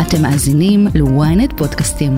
אתם מאזינים ל-ynet פודקאסטים.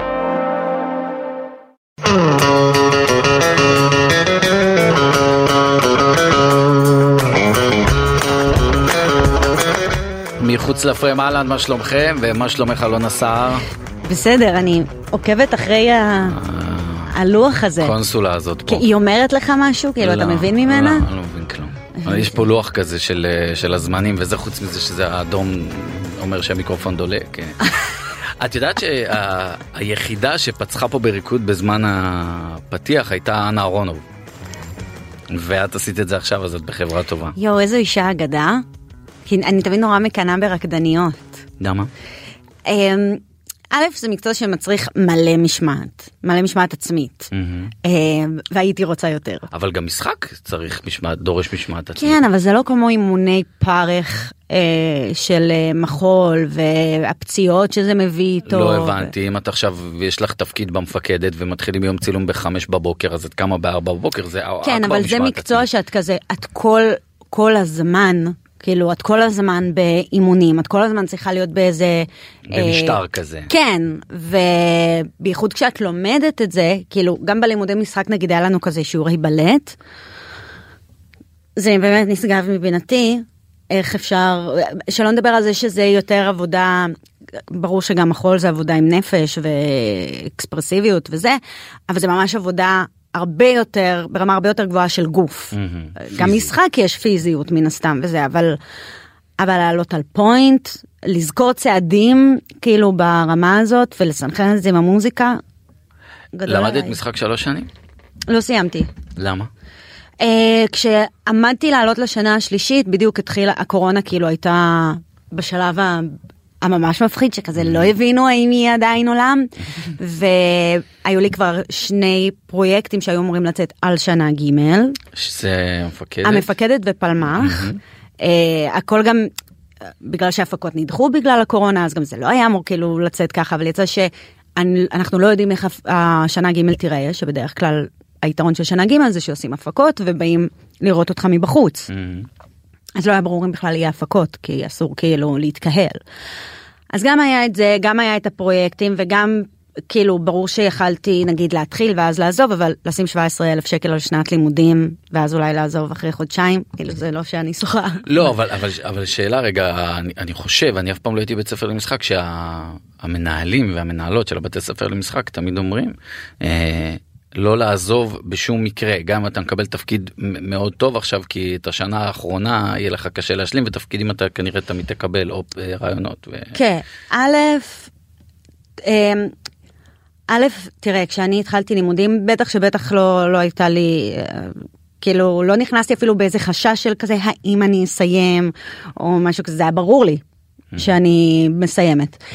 מחוץ לפריים, אהלן, מה שלומכם? ומה שלומך אלונה סער? בסדר, אני עוקבת אחרי הלוח הזה. הקונסולה הזאת פה. היא אומרת לך משהו? כאילו, אתה מבין ממנה? לא מבין כלום. יש פה לוח כזה של הזמנים, וזה חוץ מזה שזה האדום אומר שהמיקרופון דולק. את יודעת שהיחידה שפצחה פה בריקוד בזמן הפתיח הייתה אנה אהרונוב. ואת עשית את זה עכשיו, אז את בחברה טובה. יו, איזו אישה אגדה. כי אני תמיד נורא מקנה ברקדניות. למה? א', זה מקצוע שמצריך מלא משמעת עצמית. והייתי רוצה יותר. אבל גם משחק צריך משמעת, דורש משמעת עצמית. כן, אבל זה לא כמו אימוני פרך של מחול, והפציעות שזה מביא איתו. לא הבנתי, אם את עכשיו, יש לך תפקיד במפקדת, ומתחילים יום צילום ב5 בבוקר, אז את קמה ב4 בבוקר, זה כן, אבל זה מקצוע שאת כזה, את כל הזמן... כאילו, את כל הזמן באימונים, את כל הזמן צריכה להיות באיזה... במשטר כזה. כן, ובייחוד כשאת לומדת את זה, כאילו, גם בלימודי משחק נגיד היה לנו כזה שיעורי בלט, זה באמת נשגב מבינתי, איך אפשר, שלא נדבר על זה שזה יותר עבודה, ברור שגם מחול זה עבודה עם נפש ואקספרסיביות וזה, אבל זה ממש עבודה... ברמה הרבה יותר גבוהה של גוף. גם משחק יש פיזיות מן הסתם וזה, אבל לעלות על פוינט, לזכור צעדים כאילו ברמה הזאת, ולסנכרן את זה עם המוזיקה. למדת משחק 3 שנים? לא סיימתי. למה? כשעמדתי לעלות לשנה השלישית, בדיוק התחילה, הקורונה כאילו הייתה בשלב הממש מפחיד, שכזה לא הבינו האם יהיה עדיין עולם, והיו לי כבר 2 פרויקטים שהיו אמורים לצאת על שנה ג' שזה המפקדת? המפקדת ופלמח. הכל גם, בגלל שהפקות נדחו בגלל הקורונה, אז גם זה לא היה אמור כאילו לצאת ככה, אבל יצא שאנחנו לא יודעים איך השנה ג' תיראה, שבדרך כלל היתרון של שנה ג' זה שעושים הפקות, ובאים לראות אותך מבחוץ. אז לא היה ברור אם בכלל יהיה הפקות, כי אסור כאילו להתקהל. אז גם היה את זה, גם היה את הפרויקטים, וגם כאילו ברור שיכלתי נגיד להתחיל ואז לעזוב, אבל לשים 17,000 שקל על שנת לימודים, ואז אולי לעזוב אחרי חודשיים, כאילו זה לא שאני שוחה. לא, אבל שאלה רגע, אני חושב, אני אף פעם לא הייתי בית ספר למשחק, שהמנהלים והמנהלות של הבתי ספר למשחק תמיד אומרים, לא לעזוב בשום מקרה, גם אם אתה מקבל תפקיד מאוד טוב עכשיו, כי את השנה האחרונה יהיה לך קשה להשלים, ותפקידים אתה כנראה תמיד תקבל, או רעיונות. כן, א', תראה, כשאני התחלתי לימודים, בטח לא הייתה לי, כאילו, לא נכנסתי אפילו באיזה חשש של כזה, האם אני אסיים, או משהו כזה, זה היה ברור לי שאני מסיימת.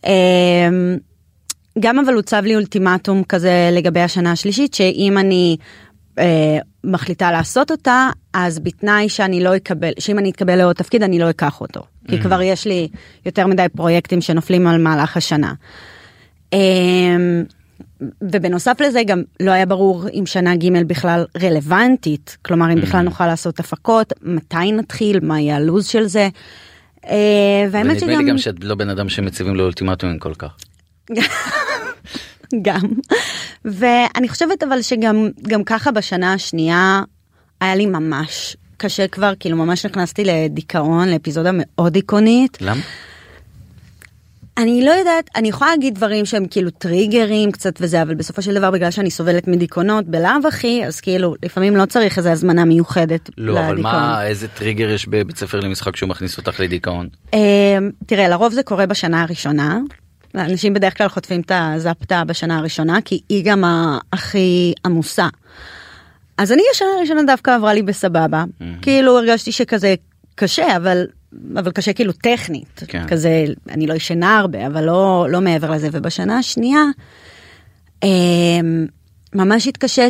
גם אבל הוצב לי אולטימטום כזה לגבי השנה השלישית, שאם אני מחליטה לעשות אותה, אז בתנאי שאני לא אקבל, שאם אני אתקבל לעוד תפקיד, אני לא אקח אותו. כי כבר יש לי יותר מדי פרויקטים שנופלים על מהלך השנה. ובנוסף לזה גם לא היה ברור אם שנה ג' בכלל רלוונטית, כלומר אם בכלל נוכל לעשות הפקות, מתי נתחיל, מה יהיה הלוז של זה. ונדמה לי גם שאת לא בן אדם שמציבים לו אולטימטומים כל כך. גם. ואני חושבת אבל שגם ככה בשנה השנייה היה לי ממש קשה כבר, כאילו ממש נכנסתי לדיכאון, לאפיזודה מאוד דיכאונית. למה? אני לא יודעת, אני יכולה להגיד דברים שהם כאילו טריגרים קצת וזה, אבל בסופו של דבר בגלל שאני סובלת מדיכאונות בלאו הכי, אז כאילו לפעמים לא צריך איזו הזמנה מיוחדת לדיכאון. לא, אבל מה, איזה טריגר יש בבית ספר למשחק שהוא מכניס אותך לדיכאון? תראה, לרוב זה קורה בשנה הראשונה. אנשים בדרך כלל חוטפים את הזפטה בשנה הראשונה, כי היא גם הכי עמוסה. אז אני השנה הראשונה דווקא עברה לי בסבבה. כאילו הרגשתי שכזה קשה, אבל קשה כאילו טכנית. כן. כזה, אני לא ישנה הרבה, אבל לא מעבר לזה. ובשנה השנייה, ממש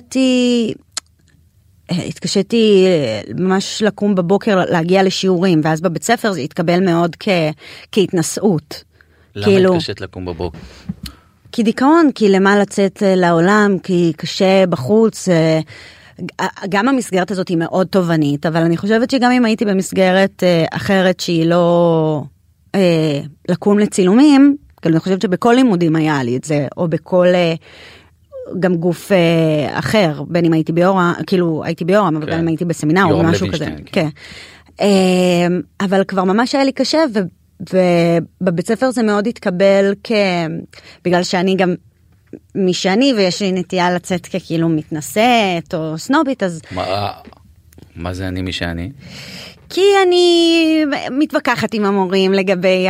התקשיתי ממש לקום בבוקר, להגיע לשיעורים, ואז בבית ספר זה התקבל מאוד כהתנסות. למה כאילו, התקשת לקום בבוקר? כי דיכאון, כי למה לצאת לעולם, כי קשה בחוץ, גם המסגרת הזאת היא מאוד תובנית, אבל אני חושבת שגם אם הייתי במסגרת אחרת שהיא לא לקום לצילומים, כאילו, אני חושבת שבכל לימודים היה לי את זה, או בכל גם גוף אחר, בין אם הייתי ביורם, כאילו הייתי ביורם, אבל גם אם הייתי בסמינר או משהו כזה. כן. אבל כבר ממש היה לי קשה, ובבית ספר זה מאוד התקבל בגלל שאני גם משני, ויש לי נטייה לצאת ככאילו מתנשאת או סנובית, אז... מה זה אני משני? כי אני מתווכחת עם המורים לגבי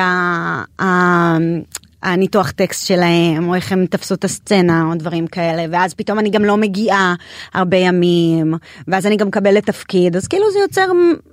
הניתוח טקסט שלהם, או איך הם תפסו את הסצנה, או דברים כאלה, ואז פתאום אני גם לא מגיעה הרבה ימים, ואז אני גם מקבלת תפקיד, אז כאילו זה יוצר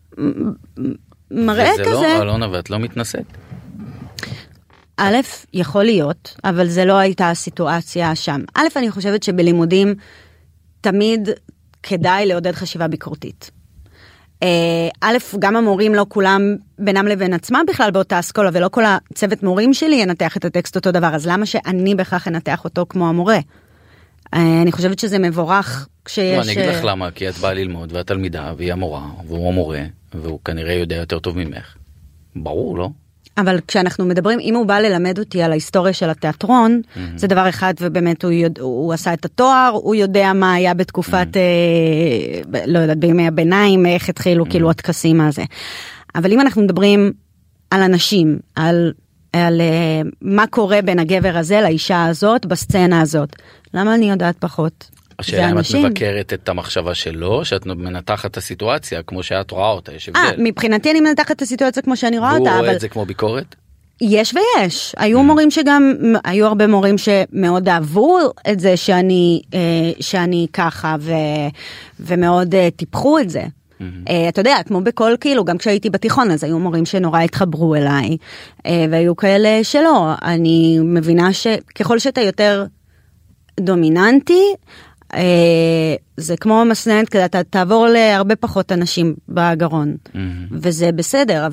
מראה כזה. וזה לא, אלונה, ואת לא מתנשאת? א', יכול להיות, אבל זה לא הייתה הסיטואציה שם. א', אני חושבת שבלימודים תמיד כדאי לעודד חשיבה ביקורתית. א', גם המורים לא כולם בינם לבין עצמם בכלל באותה אסכולה, ולא כל הצוות מורים שלי ינתח את הטקסט אותו דבר, אז למה שאני בכך אנתח אותו כמו המורה? אני חושבת שזה מבורך כשיש... אני אגיד לך למה, כי את באה ללמוד, ואת תלמידה, והיא המורה, והוא המורה, והוא כנראה יודע יותר טוב ממך. ברור, לא? אבל כשאנחנו מדברים, אם הוא בא ללמד אותי על ההיסטוריה של התיאטרון, זה דבר אחד, ובאמת הוא עשה את התואר, הוא יודע מה היה בתקופת, לא יודעת, בימי הביניים, איך התחילו כאילו הטקסים הזה. אבל אם אנחנו מדברים על אנשים, על מה קורה בין הגבר הזה לאישה הזאת, בסצנה הזאת, למה אני יודעת פחות? השאלה אם את מבקרת את המחשבה שלו, שאת מנתחת את הסיטואציה כמו שאת רואה אותה, יש הבדל. מבחינתי אני מנתחת את הסיטואציה כמו שאני רואה אותה, והוא רואה את זה כמו ביקורת? יש ויש. היו מורים שגם, היו הרבה מורים שמאוד אהבו את זה שאני ככה, ומאוד טיפחו את זה. אתה יודע, כמו בכל כאילו, גם כשהייתי בתיכון, אז היו מורים שנורא התחברו אליי, והיו כאלה שלא. אני מבינה שככל שאתה יותר דומיננטי, זה כמו מסננת, כדי אתה תעבור להרבה פחות אנשים בגרון, וזה בסדר,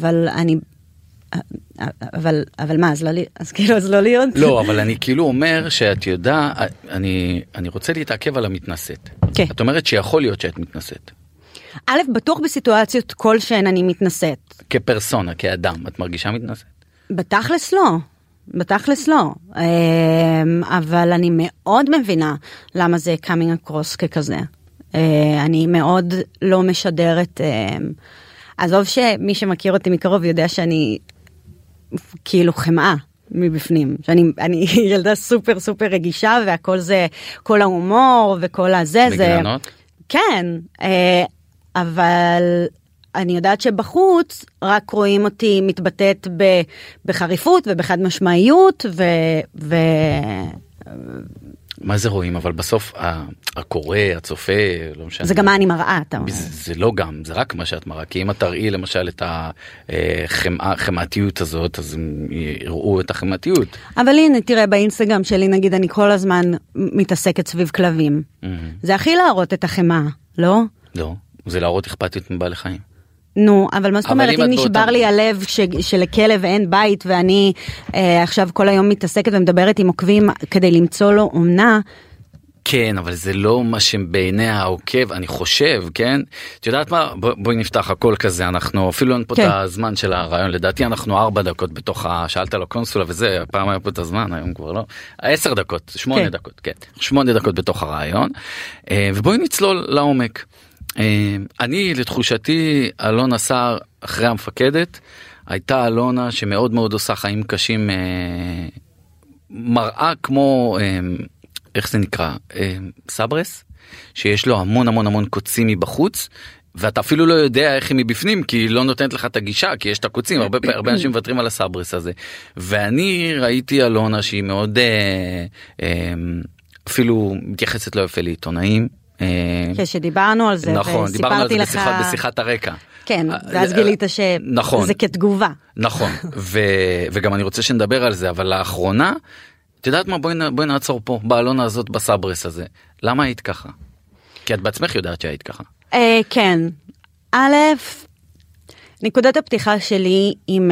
אבל מה, אז כאילו, אז לא להיות? לא, אבל אני כאילו אומר שאת יודע, אני רוצה להתעכב על המתנשאת. את אומרת שיכול להיות שאת מתנשאת. א', בטוח בסיטואציות כלשהן אני מתנשאת. כפרסונה, כאדם, את מרגישה מתנשאת? בתכלס לא. בתכלס לא, אבל אני מאוד מבינה למה זה coming across ככזה. אני מאוד לא משדרת, עזוב שמי שמכיר אותי מקרוב יודע שאני כאילו חמאה מבפנים, שאני ילדה סופר סופר רגישה, והכל זה, כל ההומור וכל הזה. מגננות? כן, אבל... אני יודעת שבחוץ רק רואים אותי מתבטאת בחריפות ובחד משמעיות מה זה רואים? אבל בסוף הקורא, הצופה, לא משנה. זה גם מה אני מראה, אתה אומר. זה לא גם, זה רק מה שאת מראה. כי אם את תראי למשל את החמאתיות הזאת, אז הם יראו את החמאתיות. אבל הנה, תראה, באינסטגרם שלי, נגיד, אני כל הזמן מתעסקת סביב כלבים. זה הכי להראות את החמאה, לא? לא, זה להראות אכפתיות מבעלי חיים. נו, אבל מה זאת אומרת, אם נשבר לי הלב שלכלב אין בית, ואני עכשיו כל היום מתעסקת ומדברת עם עוקבים כדי למצוא לו אומנה. כן, אבל זה לא מה שבעיני העוקב, אני חושב, כן? את יודעת מה? בואי נפתח הכל כזה, אנחנו אפילו אין פה את הזמן של הרעיון, לדעתי אנחנו 4 דקות בתוך שאלת על הקונסולה, וזה, הפעם היה פה את הזמן, היום כבר לא, 10 דקות, 8 דקות, כן, 8 דקות בתוך הרעיון, ובואי נצלול לעומק. אני, לתחושתי, אלונה סער, אחרי המפקדת, הייתה אלונה שמאוד מאוד עושה חיים קשים, מראה כמו, איך זה נקרא, סברס, שיש לו המון המון המון קוצים מבחוץ, ואתה אפילו לא יודע איך היא מבפנים, כי היא לא נותנת לך את הגישה, כי יש את הקוצים, הרבה אנשים מוותרים על הסברס הזה. ואני ראיתי אלונה שהיא מאוד, אפילו מתייחסת לא יפה לעיתונאים, כשדיברנו על זה, נכון, דיברנו על זה בשיחת הרקע. כן, ואז גילית שזה כתגובה. נכון, וגם אני רוצה שנדבר על זה, אבל לאחרונה, את יודעת מה, בואי נעצור פה, באלונה הזאת, בסברס הזה. למה היית ככה? כי את בעצמך יודעת שהיית ככה. כן. א', נקודת הפתיחה שלי עם...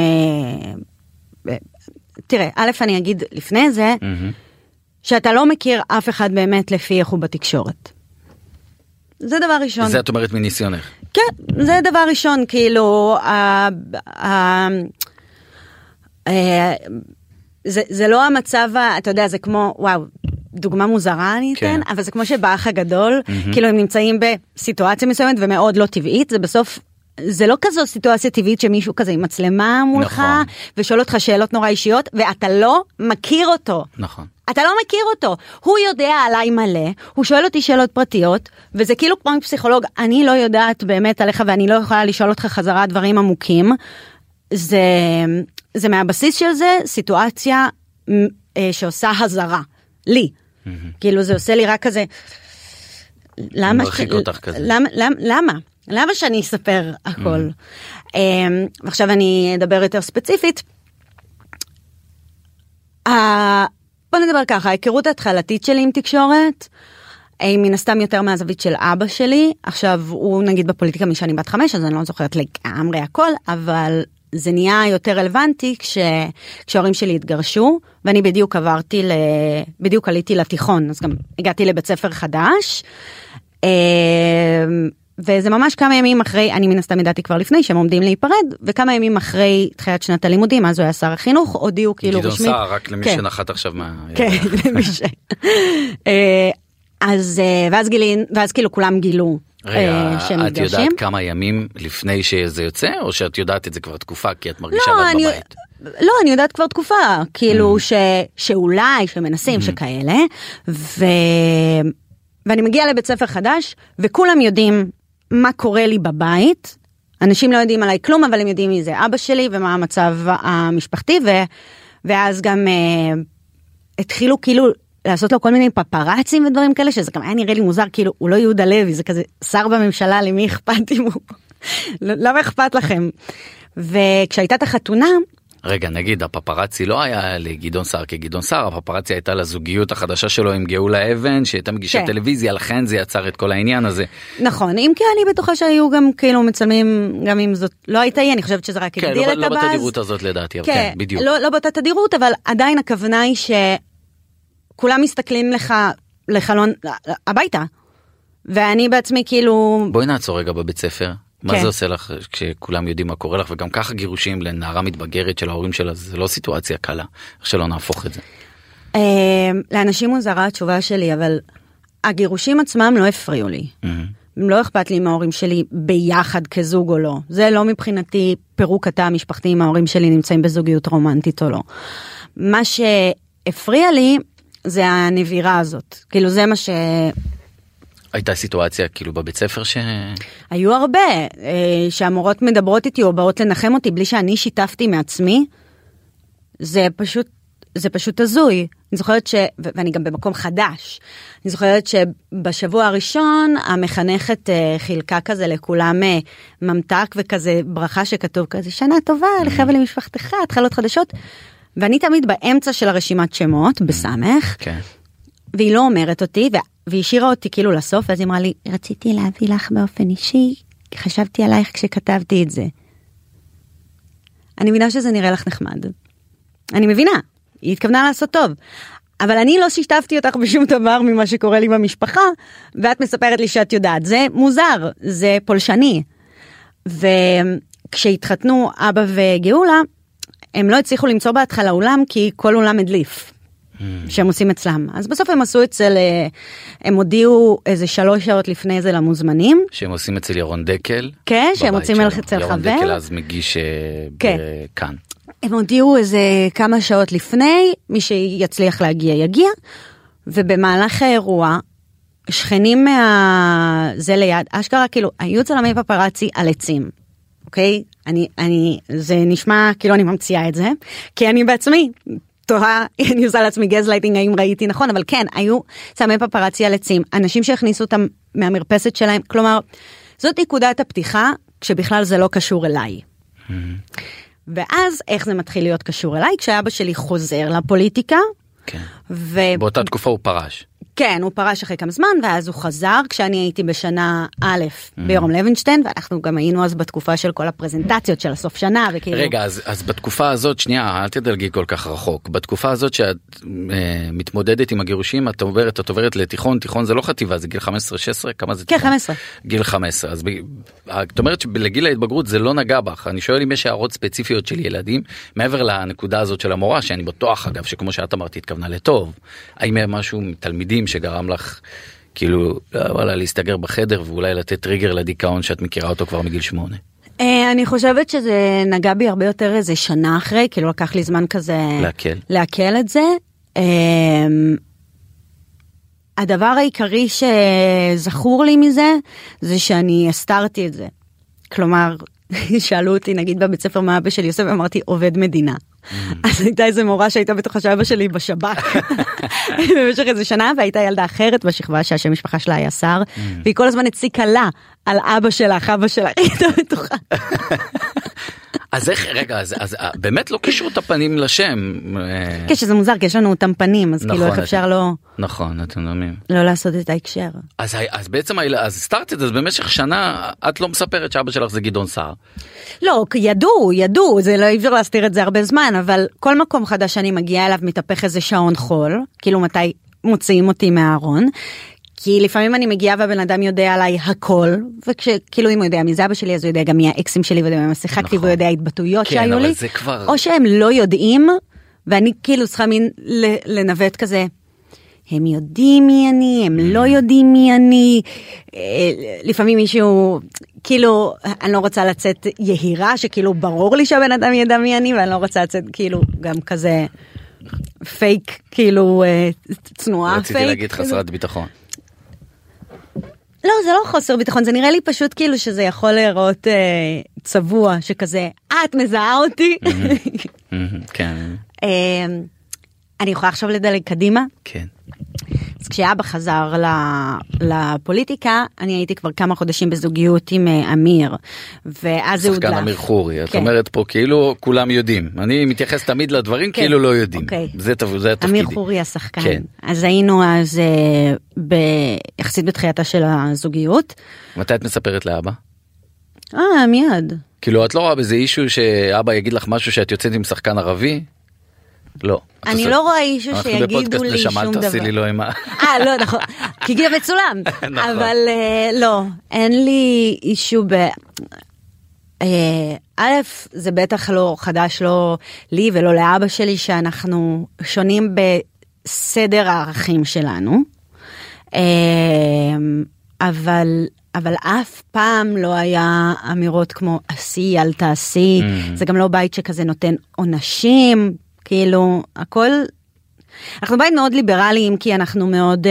תראה, א', אני אגיד לפני זה, שאתה לא מכיר אף אחד באמת לפי איך הוא בתקשורת. זה דבר ראשון. זה את אומרת מניסיונך. כן, זה דבר ראשון, כאילו, זה לא המצב, אתה יודע, זה כמו, וואו, דוגמה מוזרה אני אתן, אבל זה כמו שבאח הגדול, כאילו הם נמצאים בסיטואציה מסוימת ומאוד לא טבעית, זה בסוף, זה לא כזו סיטואציה טבעית שמישהו כזה עם מצלמה מולך, ושואל אותך שאלות נורא אישיות, ואתה לא מכיר אותו. נכון. אתה לא מכיר אותו, הוא יודע עליי מלא, הוא שואל אותי שאלות פרטיות, וזה כאילו כמו פסיכולוג, אני לא יודעת באמת עליך, ואני לא יכולה לשאול אותך חזרה דברים עמוקים, זה מהבסיס של זה, סיטואציה שעושה הזרה, לי. כאילו זה עושה לי רק כזה, למה? למה שאני אספר הכל? ועכשיו אני אדבר יותר ספציפית. בוא נדבר ככה, ההיכרות ההתחלתית שלי עם תקשורת, מן הסתם יותר מהזווית של אבא שלי, עכשיו הוא נגיד בפוליטיקה משני בת 5, אז אני לא זוכרת לגמרי הכל, אבל זה נהיה יותר רלוונטי כשההורים שלי התגרשו, ואני בדיוק עליתי לתיכון, אז גם הגעתי לבית ספר חדש, וזה ממש כמה ימים אחרי, אני מן הסתם ידעתי כבר לפני שהם עומדים להיפרד, וכמה ימים אחרי תחילת שנת הלימודים, אז הוא היה שר החינוך, הודיעו כאילו רשמית. גדעון סער, רק למי שנחת עכשיו כן, למי ש... ואז כאילו כולם גילו שהם את יודעת כמה ימים לפני שזה יוצא, או שאת יודעת את זה כבר תקופה, כי את מרגישה בת בבית? לא, אני יודעת כבר תקופה, כאילו שאולי, שמנסים, שכאלה, ואני מגיעה לבית ספר חדש, וכולם יודעים מה קורה לי בבית, אנשים לא יודעים עליי כלום, אבל הם יודעים מי זה אבא שלי, ומה המצב המשפחתי, ואז גם התחילו כאילו לעשות לו כל מיני פפרצים ודברים כאלה, שזה גם היה נראה לי מוזר, כאילו הוא לא יהודה לוי, זה כזה שר בממשלה, למי אכפת אם הוא... למה אכפת לכם? וכשהייתה את החתונה... רגע, נגיד, הפפרצי לא היה לגדעון סער כגדעון סער, הפפרצי הייתה לזוגיות החדשה שלו עם גאולה אבן, שהייתה מגישת טלוויזיה, לכן זה יצר את כל העניין הזה. נכון, אם כי אני בטוחה שהיו גם כאילו מצלמים, גם אם זאת לא הייתה, אני חושבת שזה רק הגדיל את הבאז. כן, לא בתדירות הזאת לדעתי, כן, בדיוק. לא באותה תדירות, אבל עדיין הכוונה היא שכולם מסתכלים לך לחלון, הביתה, ואני בעצמי כאילו... בואי נעצור רגע בבית ספר. מה זה עושה לך כשכולם יודעים מה קורה לך, וגם ככה גירושים לנערה מתבגרת של ההורים שלה, זה לא סיטואציה קלה, איך שלא נהפוך את זה. לאנשים מוזרה התשובה שלי, אבל הגירושים עצמם לא הפריעו לי. לא אכפת לי עם ההורים שלי ביחד כזוג או לא. זה לא מבחינתי פירוק התא המשפחתי אם ההורים שלי נמצאים בזוגיות רומנטית או לא. מה שהפריע לי זה הנבירה הזאת. כאילו זה מה ש... הייתה סיטואציה כאילו בבית ספר ש... היו הרבה, שהמורות מדברות איתי או באות לנחם אותי בלי שאני שיתפתי מעצמי, זה פשוט הזוי. אני זוכרת ואני גם במקום חדש, אני זוכרת שבשבוע הראשון המחנכת חילקה כזה לכולם ממתק וכזה ברכה שכתוב כזה שנה טובה לך ולמשפחתך, התחלות חדשות, ואני תמיד באמצע של הרשימת שמות, בסמך, והיא לא אומרת אותי, והיא השאירה אותי כאילו לסוף, ואז היא אמרה לי, רציתי להביא לך באופן אישי, חשבתי עלייך כשכתבתי את זה. אני מבינה שזה נראה לך נחמד. אני מבינה, היא התכוונה לעשות טוב. אבל אני לא שיתפתי אותך בשום דבר ממה שקורה לי במשפחה, ואת מספרת לי שאת יודעת. זה מוזר, זה פולשני. וכשהתחתנו אבא וגאולה, הם לא הצליחו למצוא בהתחלה אולם, כי כל אולם הדליף. שהם עושים אצלם. אז בסוף הם עשו הם הודיעו איזה 3 שעות לפני זה למוזמנים. שהם עושים אצל ירון דקל. כן, שהם עושים אצל חבר. ירון דקל אז מגיש כאן. הם הודיעו איזה כמה שעות לפני, מי שיצליח להגיע יגיע, ובמהלך האירוע, שכנים זה ליד, אשכרה כאילו, היו צלמי פפרצי על עצים. אוקיי? זה נשמע כאילו אני ממציאה את זה, כי אני בעצמי תוהה, אני עושה לעצמי גזלייטינג, האם ראיתי נכון, אבל כן, היו צלמי פפרצי על עצים, אנשים שהכניסו אותם מהמרפסת שלהם, כלומר, זאת נקודת הפתיחה, כשבכלל זה לא קשור אליי. ואז, איך זה מתחיל להיות קשור אליי? כשאבא שלי חוזר לפוליטיקה, כן. באותה תקופה הוא פרש. כן, הוא פרש אחרי כמה זמן, ואז הוא חזר, כשאני הייתי בשנה א' ביורם לוינשטיין, ואנחנו גם היינו אז בתקופה של כל הפרזנטציות של הסוף שנה, וכאילו... רגע, אז בתקופה הזאת, שנייה, אל תדלגי כל כך רחוק, בתקופה הזאת שאת מתמודדת עם הגירושים, את עוברת לתיכון, תיכון זה לא חטיבה, זה גיל 15-16, כמה זה? כן, 15. גיל 15, אז את אומרת שלגיל ההתבגרות זה לא נגע בך, אני שואל אם יש הערות ספציפיות של ילדים, מעבר לנקודה הזאת של המורה, שאני בטוח אגב, שכמו שאת אמרת, התכוונה לטוב, האם היה משהו מתלמידים שגרם לך, כאילו, וואלה, להסתגר בחדר, ואולי לתת טריגר לדיכאון שאת מכירה אותו כבר מגיל 8? אני חושבת שזה נגע בי הרבה יותר איזה שנה אחרי, כאילו לקח לי זמן כזה... להקל את זה. הדבר העיקרי שזכור לי מזה, זה שאני הסתרתי את זה. כלומר, שאלו אותי, נגיד בבית ספר מה אבא שלי עושה, ואמרתי, עובד מדינה. אז הייתה איזה מורה שהייתה בתוך שאבא שלי בשב"כ במשך איזה שנה, והייתה ילדה אחרת בשכבה שהשם משפחה שלה היה שר, והיא כל הזמן הציקה לה על אבא שלך, הייתה בטוחה. אז איך, רגע, אז באמת לא קישרו את הפנים לשם. כן, שזה מוזר, כי יש לנו אותם פנים, אז כאילו איך אפשר לא... נכון, אתם יודעים. לא לעשות את ההקשר. אז בעצם, אז סטארט את זה, אז במשך שנה, את לא מספרת שאבא שלך זה גדעון סער. לא, ידעו, זה לא אפשר להסתיר את זה הרבה זמן, אבל כל מקום חדש שאני מגיעה אליו מתהפך איזה שעון חול, כאילו מתי מוציאים אותי מהארון, כי לפעמים אני מגיעה והבן אדם יודע עליי הכל, וכשכאילו אם הוא יודע מי זה אבא שלי, אז הוא יודע גם מי האקסים שלי, ויודע מה שיחקתי, והוא יודע התבטאויות שהיו לי, או שהם לא יודעים, ואני כאילו צריכה מין לנווט כזה, הם יודעים מי אני, הם לא יודעים מי אני, לפעמים מישהו, כאילו, אני לא רוצה לצאת יהירה, שכאילו ברור לי שהבן אדם ידע מי אני, ואני לא רוצה לצאת כאילו גם כזה פייק, כאילו צנועה פייק. רציתי להגיד חסרת ביטחון. לא, זה לא חוסר ביטחון, זה נראה לי פשוט כאילו שזה יכול להיראות צבוע, שכזה, את מזהה אותי? כן. אני יכולה עכשיו לדלג קדימה? כן. אז כשאבא חזר לפוליטיקה, אני הייתי כבר כמה חודשים בזוגיות עם אמיר, ואז זה הודלף. שחקן אמיר חורי, את אומרת פה כאילו כולם יודעים. אני מתייחס תמיד לדברים כאילו לא יודעים. זה התפקידי. אמיר חורי השחקן. אז היינו אז יחסית בתחילתה של הזוגיות. מתי את מספרת לאבא? מיד. כאילו את לא רואה בזה אישו שאבא יגיד לך משהו שאת יוצאת עם שחקן ערבי? לא. אני לא רואה אישו שיגידו לי שום דבר. תעשי לי לא אימה. לא, נכון. כי גם מצולם. אבל לא, אין לי אישו א', זה בטח לא חדש, לא לי ולא לאבא שלי, שאנחנו שונים בסדר הערכים שלנו. אבל אף פעם לא היה אמירות כמו עשי, אל תעשי. זה גם לא בית שכזה נותן עונשים, כאילו, הכל, אנחנו בית מאוד ליברליים, כי אנחנו מאוד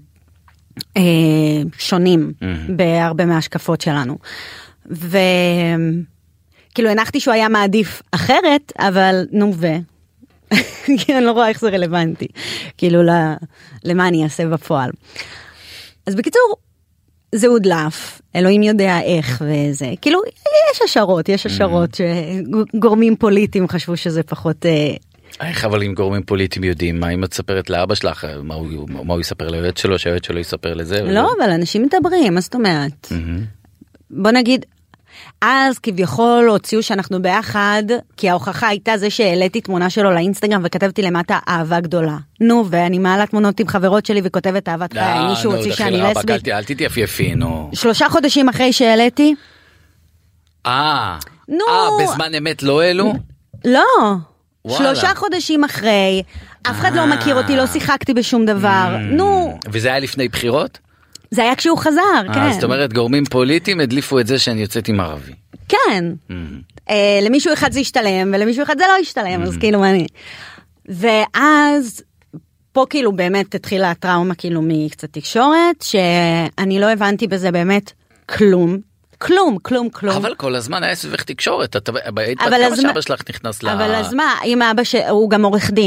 שונים בהרבה מהשקפות שלנו. וכאילו, הנחתי שהוא היה מעדיף אחרת, אבל נו כי אני לא רואה איך זה רלוונטי, כאילו, למה אני אעשה בפועל. אז בקיצור, זה הודלף, אלוהים יודע איך וזה, כאילו, יש השערות שגורמים פוליטיים חשבו שזה פחות... איך אבל אם גורמים פוליטיים יודעים, מה אם את ספרת לאבא שלך, מה הוא יספר ליועץ שלו, שהיועץ שלו יספר לזה? לא, אבל אנשים מדברים, מה זאת אומרת? בוא נגיד, אז כביכול הוציאו שאנחנו ביחד, כי ההוכחה הייתה זה שהעליתי תמונה שלו לאינסטגרם וכתבתי למטה אהבה גדולה. נו, ואני מעלה תמונות עם חברות שלי וכותבת אהבת חיי, מישהו הוציא שאני לסבית. אל תתייפייפי, נו. 3 חודשים אחרי שהעליתי. בזמן אמת לא העלו? לא. 3 חודשים אחרי, אף אחד לא מכיר אותי, לא שיחקתי בשום דבר, נו. וזה היה לפני בחירות? זה היה כשהוא חזר, כן. זאת אומרת, גורמים פוליטיים הדליפו את זה שאני יוצאת עם ערבי. כן. למישהו אחד זה ישתלם, ולמישהו אחד זה לא ישתלם, אז כאילו אני... ואז, פה כאילו באמת התחילה הטראומה כאילו מקצת תקשורת, שאני לא הבנתי בזה באמת כלום. כלום. אבל כל הזמן היה סביבך תקשורת, כמה שאבא שלך נכנס אבל אז מה, אם אבא הוא גם עורך דין,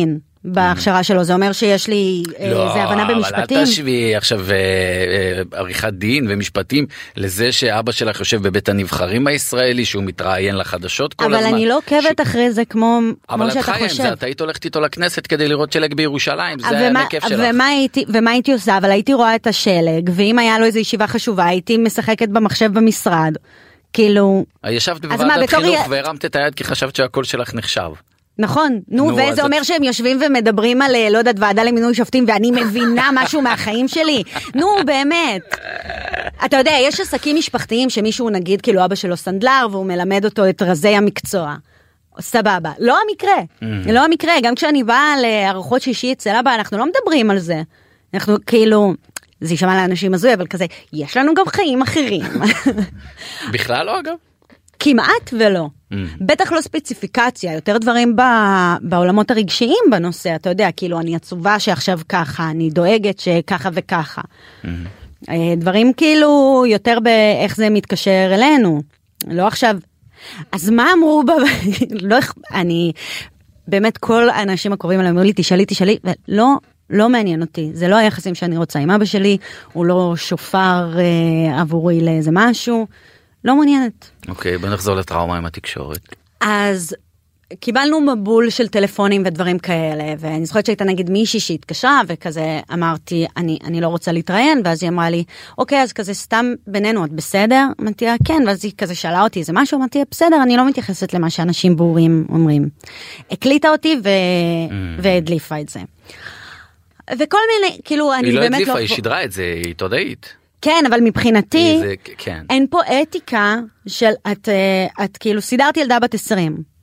בהכשרה שלו, זה אומר שיש לי זה הבנה במשפטים. לא, אבל אל תשווי עכשיו עריכת דין ומשפטים לזה שאבא שלך יושב בבית הנבחרים הישראלי, שהוא מתראיין לחדשות כל הזמן. אבל אני לא עוקבת אחרי זה כמו שאתה חושב. אבל את היית הולכת איתו לכנסת כדי לראות שלג בירושלים, זה היה מכיף שלך. ומה הייתי עושה? אבל הייתי רואה את השלג, ואם היה לו איזו ישיבה חשובה, הייתי משחקת במחשב במשרד. כאילו... ישבת בוועדת חינוך והרמת את היד כי חשבת שהקול שלך נחשב. נכון, וזה אומר שהם יושבים ומדברים על, לא יודעת, ועדה למינוי שופטים, ואני מבינה משהו מהחיים שלי. באמת. אתה יודע, יש עסקים משפחתיים שמישהו נגיד, כאילו אבא שלו סנדלר, והוא מלמד אותו את רזי המקצוע. סבבה. לא המקרה. גם כשאני באה לארוחות שישי אצל אבא, אנחנו לא מדברים על זה. אנחנו כאילו... זה יישמע לאנשים הזוי, אבל כזה, יש לנו גם חיים אחרים. בכלל לא, אגב? כמעט ולא. בטח לא ספציפיקציה, יותר דברים בעולמות הרגשיים בנושא, אתה יודע, כאילו אני עצובה שעכשיו ככה, אני דואגת שככה וככה. דברים כאילו יותר באיך זה מתקשר אלינו. לא עכשיו, אז מה אמרו אני, באמת כל האנשים הקוראים אליי, אמרו לי, תשאלי, לא מעניין אותי, זה לא היחסים שאני רוצה עם אבא שלי, הוא לא שופר עבורי לאיזה משהו, לא מעוניינת. אוקיי, בוא נחזור לטראומה עם התקשורת. אז קיבלנו מבול של טלפונים ודברים כאלה, ואני זוכרת שהייתה נגיד מישהי שהתקשרה, וכזה אמרתי, אני לא רוצה להתראיין, ואז היא אמרה לי, אוקיי, אז כזה סתם בינינו, את בסדר? אמרתי לה, כן, ואז היא כזה שאלה אותי איזה משהו, אמרתי לה, בסדר, אני לא מתייחסת למה שאנשים ברורים אומרים. הקליטה אותי והדליפה את זה. וכל מיני, כאילו, אני באמת לא... היא לא הדליפה, היא שידרה את זה, היא תודעית. כן, אבל מבחינתי, אין פה אתיקה של, את כאילו, סידרתי ילדה בת 20.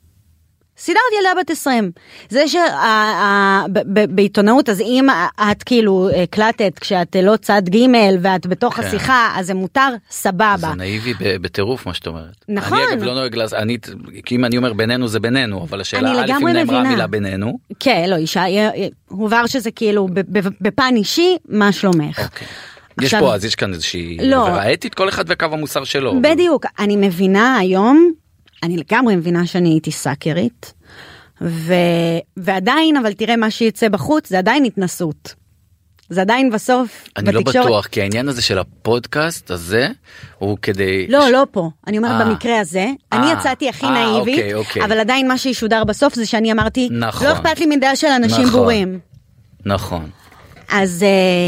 זה שבעיתונאות, אז אם את כאילו הקלטת, כשאת לא צד ג' ואת בתוך השיחה, אז זה מותר, סבבה. זה נאיבי בטירוף, מה שאת אומרת. נכון. אני אגב לא נוהג, כי אם אני אומר בינינו זה בינינו, אבל השאלה א' אם נאמרה מילה בינינו. כן, לא, אישה, הובהר שזה כאילו, בפן אישי, מה שלומך. אוקיי. יש פה, אז יש כאן איזושהי עבירה אתית, כל אחד וקו המוסר שלו. בדיוק, אני מבינה היום, אני לגמרי מבינה שאני הייתי סאקרית, ועדיין, אבל תראה מה שיצא בחוץ, זה עדיין התנסות. זה עדיין בסוף אני לא בטוח, כי העניין הזה של הפודקאסט הזה, הוא כדי... לא פה. אני אומרת במקרה הזה, אני יצאתי הכי נאיבית, אבל עדיין מה שישודר בסוף זה שאני אמרתי, לא אכפת לי מדעה של אנשים בורים. נכון. אז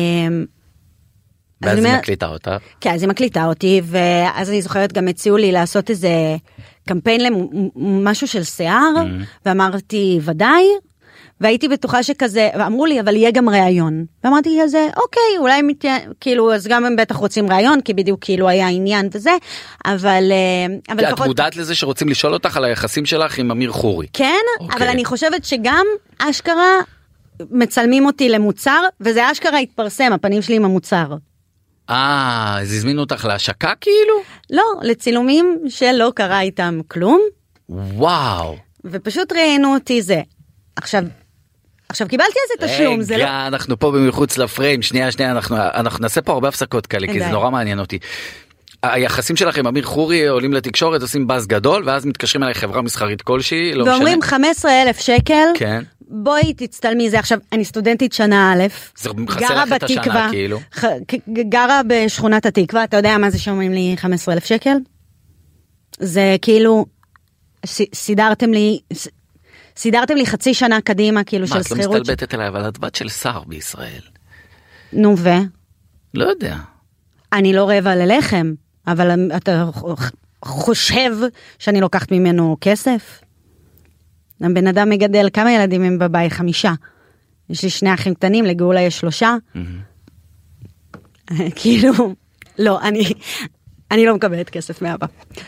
היא מקליטה אותה. כן, אז היא מקליטה אותי, ואז אני זוכרת גם הציעו לי לעשות איזה קמפיין למשהו של שיער, ואמרתי ודאי, והייתי בטוחה שכזה, ואמרו לי, אבל יהיה גם ראיון. ואמרתי, אז אוקיי, אולי כאילו, אז גם הם בטח רוצים ראיון, כי בדיוק כאילו היה עניין וזה, אבל את מודעת לזה שרוצים לשאול אותך על היחסים שלך עם אמיר חורי. כן, אבל אני חושבת שגם אשכרה מצלמים אותי למוצר, וזה אשכרה התפרסם, הפנים שלי עם המוצר. אז הזמינו אותך להשקה כאילו? לא, לצילומים שלא קרה איתם כלום. וואו. ופשוט ראיינו אותי זה. עכשיו קיבלתי איזה תשלום. רגע, אנחנו פה במחוץ לפריים, שנייה, אנחנו נעשה פה הרבה הפסקות כאלה, כי זה נורא מעניין אותי. היחסים שלך עם אמיר חורי עולים לתקשורת, עושים באז גדול, ואז מתקשרים אליי חברה מסחרית כלשהי, לא משנה. ואומרים 15,000 שקל, כן. בואי תצטלמי זה. עכשיו, אני סטודנטית שנה א', זה חסר לך את השנה, כאילו. גרה בשכונת התקווה, אתה יודע מה זה שאומרים לי 15,000 שקל? זה כאילו, סידרתם לי חצי שנה קדימה, כאילו של סחירות. מה, את לא מסתלבטת אליי, אבל את בת של שר בישראל. נו ו? לא יודע. אני לא רעבה ללחם, אבל אתה חושב שאני לוקחת ממנו כסף? הבן אדם מגדל, כמה ילדים הם בבית? 5. יש לי 2 אחים קטנים, לגאולה יש 3. כאילו, לא, אני לא מקבלת כסף מאבא.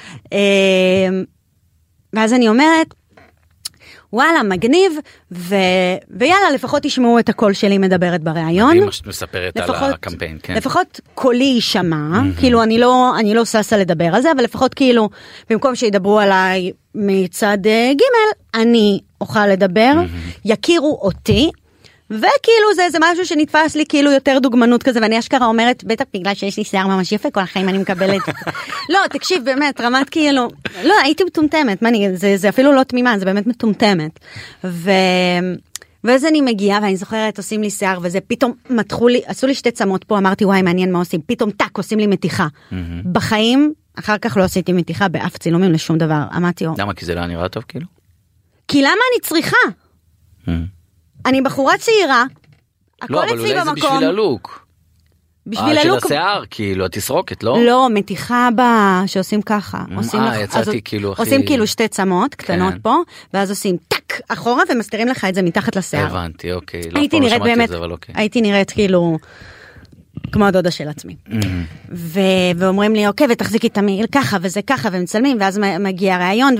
ואז אני אומרת, וואלה, מגניב, ויאללה, לפחות תשמעו את הקול שלי מדברת בראיון. מדהים מה שאת מספרת על הקמפיין, כן. לפחות קולי יישמע, כאילו אני לא ססה לדבר על זה, אבל לפחות כאילו, במקום שידברו עליי מצד ג', אני אוכל לדבר, יכירו אותי, וכאילו זה משהו שנתפס לי כאילו יותר דוגמנות כזה, ואני אשכרה אומרת, בטח בגלל שיש לי שיער ממש יפה, כל החיים אני מקבלת. לא, תקשיב, באמת, רמת כאילו, לא, הייתי מטומטמת, זה אפילו לא תמימה, זה באמת מטומטמת. ואז אני מגיעה, ואני זוכרת, עושים לי שיער, וזה פתאום עשו לי 2 צמות פה, אמרתי, וואי, מעניין מה עושים, פתאום טק, עושים לי מתיחה. בחיים, אחר כך לא עשיתי מתיחה באף צילומים לשום דבר, אמרתי, למה? כי זה לא נראה טוב, כאילו? כי למה אני צריכה? אני בחורה צעירה, הכל אצלי במקום. לא, אבל אולי זה בשביל הלוק. בשביל הלוק. של השיער, כאילו, התסרוקת, לא? לא, מתיחה שעושים ככה. יצאתי כאילו הכי... עושים כאילו 2 צמות קטנות פה, ואז עושים טק אחורה, ומסתירים לך את זה מתחת לשיער. הבנתי, אוקיי. הייתי נראית באמת, הייתי נראית כאילו, כמו הדודה של עצמי. ואומרים לי, אוקיי, ותחזיקי את המעיל ככה, וזה ככה, ומצלמים, ואז מגיע הרעיון,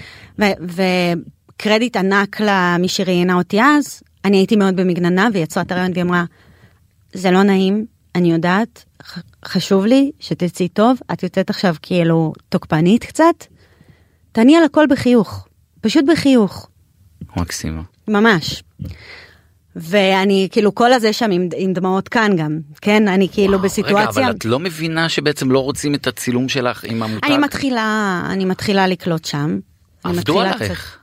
וקרדיט ענק למי שראיינה אותי אז, אני הייתי מאוד במגננה, ויצרה את הרעיון, והיא אמרה, זה לא נעים, אני יודעת, חשוב לי שתצאי טוב, את יוצאת עכשיו כאילו תוקפנית קצת, תעני על הכל בחיוך, פשוט בחיוך. מקסימה. ממש. ואני כאילו כל הזה שם עם דמעות כאן גם, כן? אני כאילו בסיטואציה... רגע, אבל את לא מבינה שבעצם לא רוצים את הצילום שלך עם המותק? אני מתחילה לקלוט שם. עבדו עליך?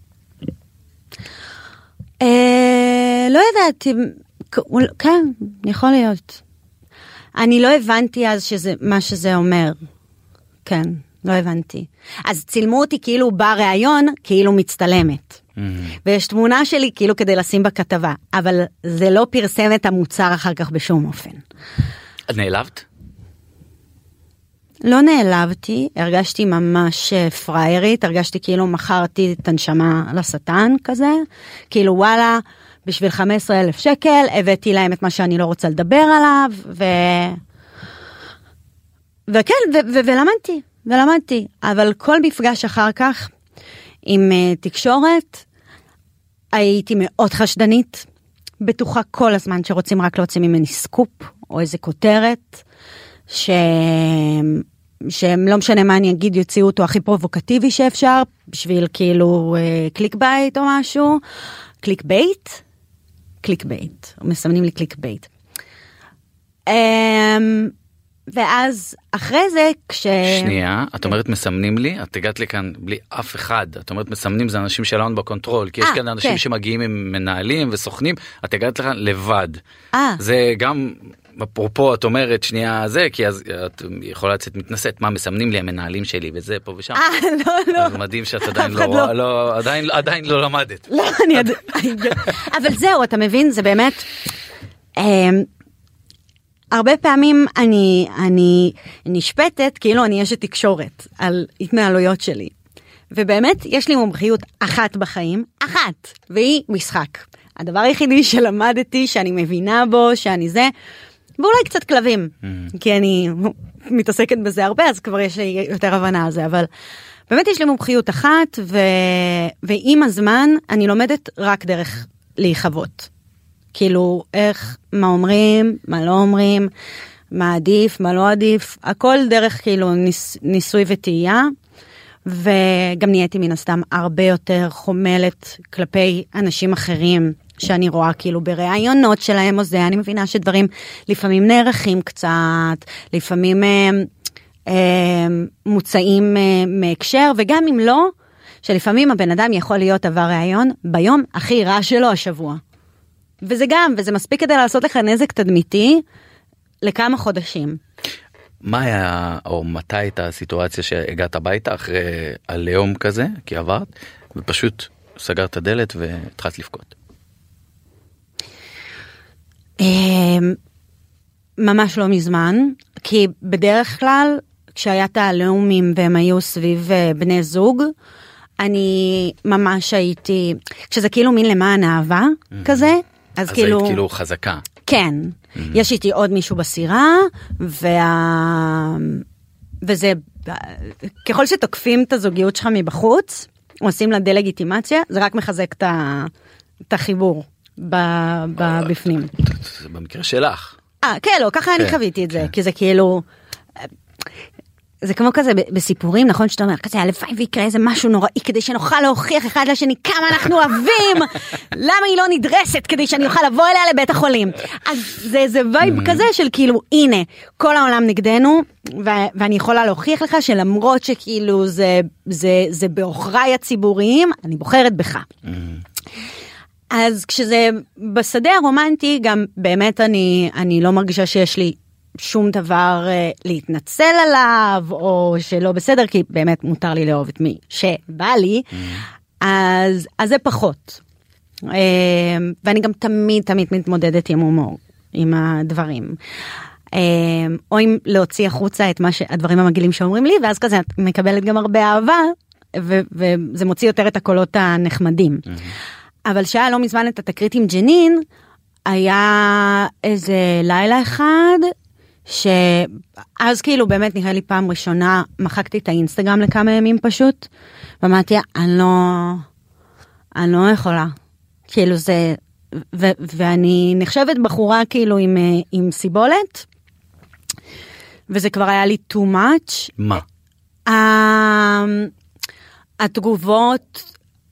לא יודעת, כן, יכול להיות. אני לא הבנתי אז מה שזה אומר. כן, לא הבנתי. אז צילמו אותי כאילו בראיון, כאילו מצטלמת. ויש תמונה שלי כאילו כדי לשים בכתבה, אבל זה לא פרסם את המוצר אחר כך בשום אופן. את נעלבת? לא נעלבתי, הרגשתי ממש פריירית, הרגשתי כאילו מכרתי את הנשמה לשטן כזה, כאילו וואלה, בשביל 15,000 שקל, הבאתי להם את מה שאני לא רוצה לדבר עליו, וכן, ולמדתי, אבל כל מפגש אחר כך, עם תקשורת, הייתי מאוד חשדנית, בטוחה כל הזמן שרוצים רק להוציא ממני סקופ, או איזה כותרת, שהם לא משנה מה אני אגיד, יוציאו אותו הכי פרובוקטיבי שאפשר, בשביל כאילו קליק בייט או משהו, קליק בייט, מסמנים לי קליק בייט. ואז אחרי זה, שנייה, את אומרת מסמנים לי, את הגעת לכאן בלי אף אחד, את אומרת מסמנים זה אנשים שלנו בקונטרול, כי יש כאן אנשים שמגיעים עם מנהלים וסוכנים, את הגעת לכאן לבד. זה גם, אפרופו את אומרת שנייה זה, כי אז את יכולה לצאת מתנסית, מה מסמנים לי המנהלים שלי וזה פה ושם. לא. אז מדהים שאת עדיין לא למדת. לא, אבל זהו, אתה מבין, זה באמת... הרבה פעמים אני נשפטת, כאילו אני אשת תקשורת על התנהלויות שלי. ובאמת יש לי מומחיות אחת בחיים, אחת, והיא משחק. הדבר היחידי שלמדתי, שאני מבינה בו, שאני זה, ואולי קצת כלבים, כי אני מתעסקת בזה הרבה, אז כבר יש לי יותר הבנה על זה, אבל באמת יש לי מומחיות אחת, ועם הזמן אני לומדת רק דרך להיחוות. כאילו, איך, מה אומרים, מה לא אומרים, מה עדיף, מה לא עדיף, הכל דרך כאילו ניסוי וטעייה, וגם נהייתי מן הסתם הרבה יותר חומלת כלפי אנשים אחרים, שאני רואה כאילו ברעיונות שלהם או זה, אני מבינה שדברים לפעמים נערכים קצת, לפעמים מוצאים מהקשר, וגם אם לא, שלפעמים הבן אדם יכול להיות עבר רעיון ביום הכי רע שלו השבוע. וזה מספיק כדי לעשות לך נזק תדמיתי לכמה חודשים. מה היה, או מתי הייתה הסיטואציה שהגעת הביתה אחרי הליום כזה, כי עברת, ופשוט סגרת את הדלת והתחלת לבכות? ממש לא מזמן, כי בדרך כלל, כשהיה את הלאומים והם היו סביב בני זוג, אני ממש הייתי, כשזה כאילו מין למען אהבה כזה, אז כאילו... היית כאילו חזקה. כן. יש איתי עוד מישהו בסירה, וזה, ככל שתוקפים את הזוגיות שלך מבחוץ, עושים לה דה-לגיטימציה, זה רק מחזק את החיבור בפנים. זה במקרה שלך. כן, לא, ככה אני חוויתי את זה, כי זה כאילו... זה כמו כזה בסיפורים, נכון שאתה אומר, כזה הלוואי ויקרה איזה משהו נוראי, כדי שנוכל להוכיח אחד לשני כמה אנחנו אוהבים, למה היא לא נדרסת, כדי שאני אוכל לבוא אליה לבית החולים. אז זה איזה וייב כזה של כאילו, הנה, כל העולם נגדנו, ואני יכולה להוכיח לך שלמרות שכאילו זה בעוכריי הציבוריים, אני בוחרת בך. אז כשזה בשדה הרומנטי, גם באמת אני לא מרגישה שיש לי שום דבר להתנצל עליו, או שלא בסדר, כי באמת מותר לי לאהוב את מי שבא לי, אז זה פחות. ואני גם תמיד מתמודדת עם הומור, עם הדברים. או אם להוציא החוצה את הדברים המגעילים שאומרים לי, ואז כזה את מקבלת גם הרבה אהבה, וזה מוציא יותר את הקולות הנחמדים. אבל שהיה לא מזמן את התקרית עם ג'נין, היה איזה לילה אחד, שאז כאילו באמת נראה לי פעם ראשונה, מחקתי את האינסטגרם לכמה ימים פשוט, ואמרתי, אני לא יכולה. כאילו זה, ואני נחשבת בחורה כאילו עם סיבולת, וזה כבר היה לי too much. מה? התגובות,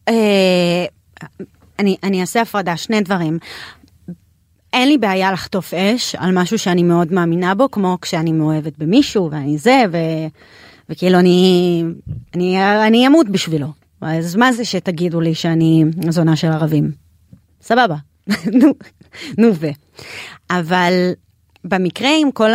אני אעשה הפרדה, שני דברים. אין לי בעיה לחטוף אש על משהו שאני מאוד מאמינה בו, כמו כשאני מאוהבת במישהו, ואני זה, וכאילו אני אמות בשבילו. אז מה זה שתגידו לי שאני זונה של ערבים? סבבה. נו ו. אבל במקרה עם כל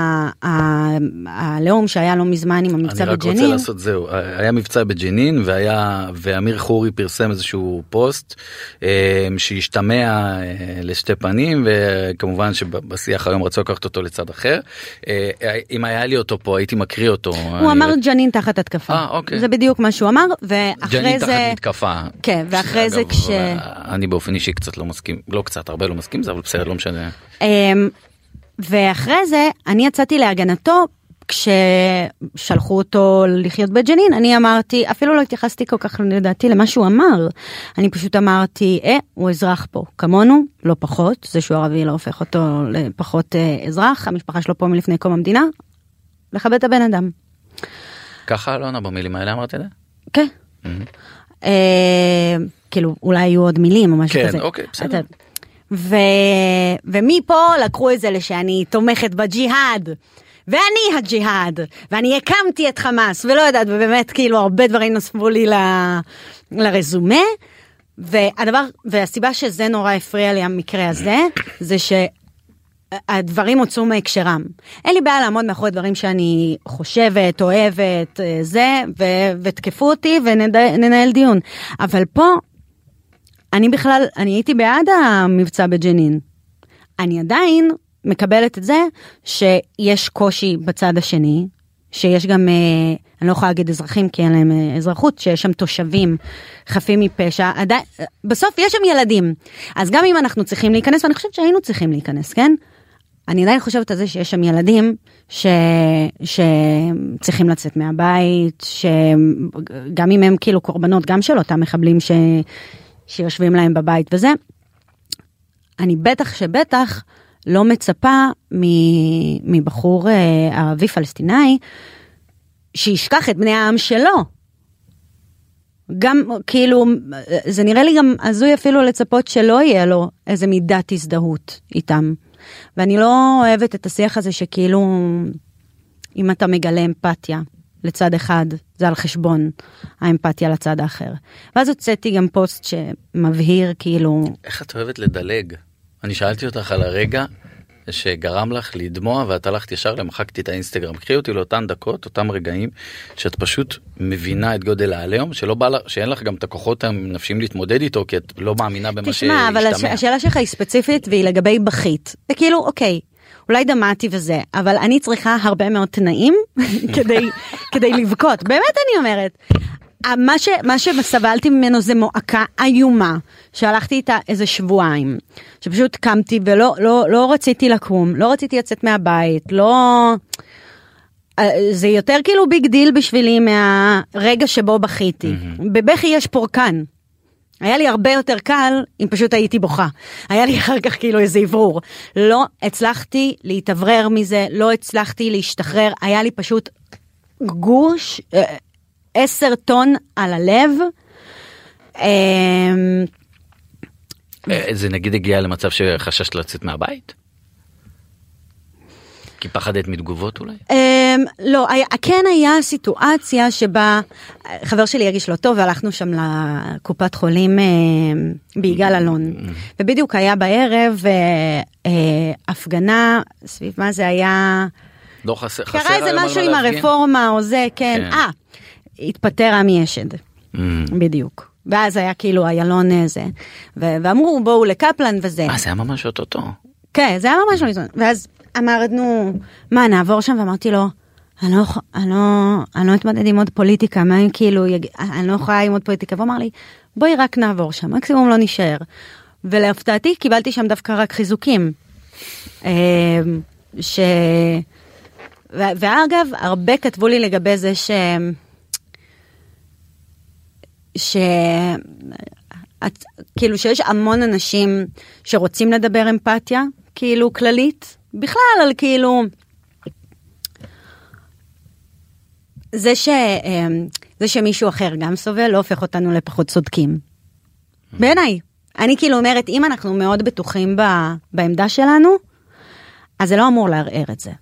הלאום שהיה לא מזמן עם המבצע בג'נין. אני רק רוצה לעשות זהו. היה מבצע בג'נין, ואמיר חורי פרסם איזשהו פוסט, שהשתמע לשתי פנים, וכמובן שבשיח היום רצו לקחת אותו לצד אחר. אם היה לי אותו פה, הייתי מקריא אותו. הוא אמר ג'נין תחת התקפה. אוקיי. זה בדיוק מה שהוא אמר, ואחרי ג'נין זה... תחת מתקפה. כן, ואחרי זה כש... אני באופן אישי קצת לא מסכים, לא קצת, הרבה לא מסכים, זה אבל בסדר, לא משנה. ואחרי זה, אני יצאתי להגנתו, כששלחו אותו לחיות בג'נין, אני אמרתי, אפילו לא התייחסתי כל כך לדעתי למה שהוא אמר, אני פשוט אמרתי, הוא אזרח פה, כמונו, לא פחות, זה שהוא ערבי לא הופך אותו לפחות אזרח, המשפחה שלו פה מלפני קום המדינה, לכבד את הבן אדם. ככה אלונה, במילים האלה אמרת את זה? כן. כאילו, אולי היו עוד מילים או משהו כזה. כן, אוקיי, בסדר. ומפה לקחו את זה לשאני תומכת בג'יהאד, ואני הג'יהאד, ואני הקמתי את חמאס, ולא יודעת, ובאמת כאילו הרבה דברים נוספו לי לרזומה, והסיבה שזה נורא הפריע לי המקרה הזה, זה שהדברים הוצאו מהקשרם. אין לי בעיה לעמוד מאחורי דברים שאני חושבת, אוהבת, ותקפו אותי וננהל דיון. אבל פה, אני הייתי בעד המבצע בג'נין. אני עדיין מקבלת את זה שיש קושי בצד השני, שיש גם, אני לא יכולה להגיד אזרחים כי אין להם אזרחות, שיש שם תושבים חפים מפשע, בסוף יש שם ילדים. אז גם אם אנחנו צריכים להיכנס, ואני חושבת שהיינו צריכים להיכנס, כן? אני עדיין חושבת על זה שיש שם ילדים שצריכים לצאת מהבית, שגם אם הם כאילו קורבנות, גם של אותם מחבלים שיושבים להם בבית וזה, אני בטח לא מצפה מבחור ערבי פלסטיני שישכח את בני העם שלו. גם כאילו, זה נראה לי גם הזוי אפילו לצפות שלא יהיה לו איזה מידת הזדהות איתם. ואני לא אוהבת את השיח הזה שכאילו, אם אתה מגלה אמפתיה לצד אחד, זה על חשבון האמפתיה לצד האחר. ואז הוצאתי גם פוסט שמבהיר כאילו... איך את אוהבת לדלג? אני שאלתי אותך על הרגע שגרם לך לדמוע, ואת הלכת ישר למחקתי את האינסטגרם. קחי אותי לאותן דקות, אותם רגעים, שאת פשוט מבינה את גודל העליהום, שאין לך גם את הכוחות הנפשיים להתמודד איתו, כי את לא מאמינה במה שהשתמע. תשמע, אבל השאלה שלך היא ספציפית, והיא לגבי בכית. זה כאילו, אוקיי, אולי דמעתי וזה, אבל אני צריכה הרבה מאוד תנאים כדי לבכות. באמת אני אומרת. מה שסבלתי ממנו זה מועקה איומה, שהלכתי איתה איזה שבועיים, שפשוט קמתי ולא רציתי לקום, לא רציתי לצאת מהבית, זה יותר כאילו ביג דיל בשבילי מהרגע שבו בכיתי. בבכי יש פורקן. היה לי הרבה יותר קל אם פשוט הייתי בוכה. היה לי אחר כך כאילו איזה עברור. לא הצלחתי להתעברר מזה, לא הצלחתי להשתחרר, היה לי פשוט גוש... 10 טון על הלב. זה נגיד הגיע למצב שחששת לצאת מהבית? כי פחדת מתגובות אולי? לא, כן היה סיטואציה שבה חבר שלי הרגיש לא טוב, והלכנו שם לקופת חולים ביגאל אלון. ובדיוק היה בערב הפגנה, סביב מה זה היה... לא חסר קרה איזה משהו עם הרפורמה או זה, כן. התפטר עמי אשד. בדיוק. ואז היה כאילו איילון זה. ואמרו בואו לקפלן וזה. זה היה ממש אותו. כן, זה היה ממש לא מזמן. ואז אמרנו, מה, נעבור שם? ואמרתי לו, אני לא אתמודד עם עוד פוליטיקה, מה אם כאילו, אני לא יכולה עם עוד פוליטיקה. והוא אמר לי, בואי רק נעבור שם, מקסימום לא נשאר. ולהפתעתי, קיבלתי שם דווקא רק חיזוקים. ואגב, הרבה כתבו לי לגבי זה כאילו שיש המון אנשים שרוצים לדבר אמפתיה, כאילו כללית, בכלל על כאילו, זה שמישהו אחר גם סובל, לא הופך אותנו לפחות צודקים. בעיניי, אני כאילו אומרת, אם אנחנו מאוד בטוחים בעמדה שלנו, אז זה לא אמור לערער את זה.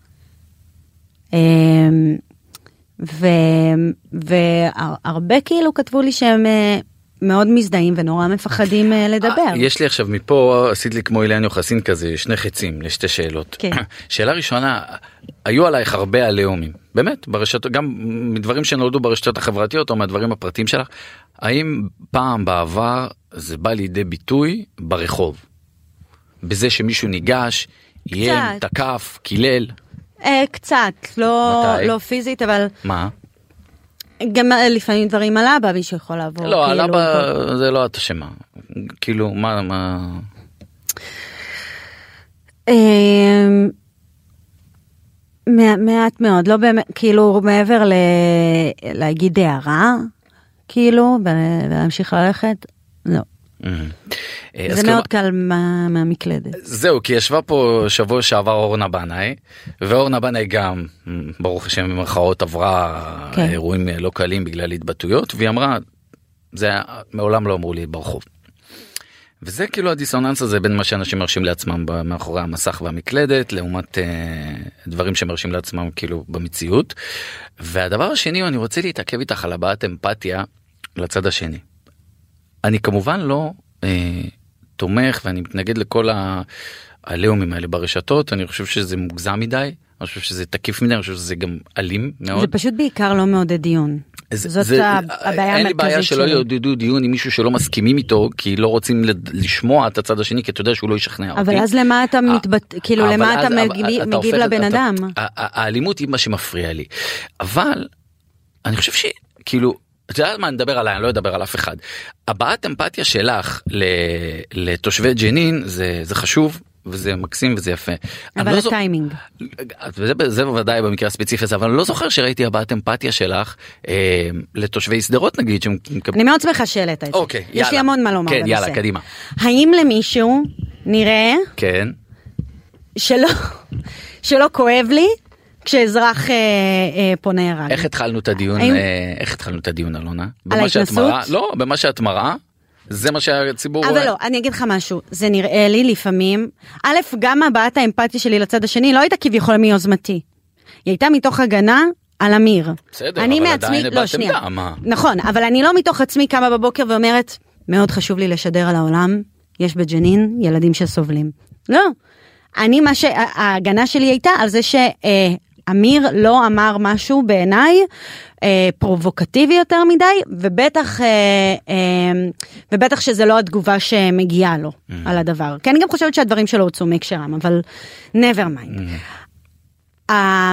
והרבה כאילו כתבו לי שהם מאוד מזדהים ונורא מפחדים לדבר. יש לי עכשיו מפה, עשית לי כמו אילן יוחסין כזה, שני חצים לשתי שאלות. כן. שאלה ראשונה, היו עלייך הרבה עליהומים, באמת, ברשתות, גם מדברים שנולדו ברשתות החברתיות או מהדברים הפרטיים שלך, האם פעם בעבר זה בא לידי ביטוי ברחוב? בזה שמישהו ניגש, תקף, קילל? קצת, לא פיזית, אבל... מה? גם לפעמים דברים על אבא, מישהו יכול לעבור. לא, על אבא זה לא את אשמה. כאילו, מה... מעט מאוד, לא באמת, כאילו, מעבר להגיד הערה, כאילו, ולהמשיך ללכת, לא. זה מאוד קל מהמקלדת. זהו, כי ישבה פה שבוע שעבר אורנה בנאי, ואורנה בנאי גם, ברוך השם במרכאות, עברה אירועים לא קלים בגלל התבטאויות, והיא אמרה, זה מעולם לא אמרו לי ברחוב. וזה כאילו הדיסוננס הזה בין מה שאנשים מרשים לעצמם מאחורי המסך והמקלדת, לעומת דברים שמרשים לעצמם כאילו במציאות. והדבר השני, אני רוצה להתעכב איתך על הבעת אמפתיה לצד השני. אני כמובן לא תומך ואני מתנגד לכל הלאומים האלה ברשתות, אני חושב שזה מוגזם מדי, אני חושב שזה תקיף מדי, אני חושב שזה גם אלים מאוד. זה פשוט בעיקר לא מעודד דיון. זאת הבעיה המרכזית שלי. אין לי בעיה שלא יעודדו דיון עם מישהו שלא מסכימים איתו, כי לא רוצים לשמוע את הצד השני, כי אתה יודע שהוא לא ישכנע אותי. אבל אז למה אתה כאילו למה אתה מגיב לבן אדם? האלימות היא מה שמפריע לי. אבל אני חושב שכאילו, אתה יודע מה, אני אדבר עליי, אני לא אדבר על אף אחד. הבעת אמפתיה שלך לתושבי ג'נין, זה חשוב, וזה מקסים וזה יפה. אבל הטיימינג. זה בוודאי במקרה הספציפי הזה, אבל אני לא זוכר שראיתי הבעת אמפתיה שלך לתושבי סדרות נגיד. אני מאוד שמחה שהעלית את זה. אוקיי, יש לי המון מה לומר. כן, יאללה, קדימה. האם למישהו נראה כן. שלא כואב לי כשאזרח פונה הרג? איך התחלנו את הדיון, אלונה? על ההתנסות? לא, במה שאת מראה. זה מה שהציבור רואה. אבל לא, אני אגיד לך משהו, זה נראה לי לפעמים, א', גם הבעת האמפתיה שלי לצד השני לא הייתה כביכול מיוזמתי. היא הייתה מתוך הגנה על אמיר. בסדר, אבל עדיין הבעתם דעה. נכון, אבל אני לא מתוך עצמי קמה בבוקר ואומרת, מאוד חשוב לי לשדר על העולם, יש בג'נין ילדים שסובלים. לא, ההגנה שלי הייתה על זה שאמיר לא אמר משהו בעיניי, פרובוקטיבי יותר מדי, ובטח שזה לא התגובה שמגיעה לו על הדבר. כי אני גם חושבת שהדברים שלו הוצאו מהקשרם, אבל never mind.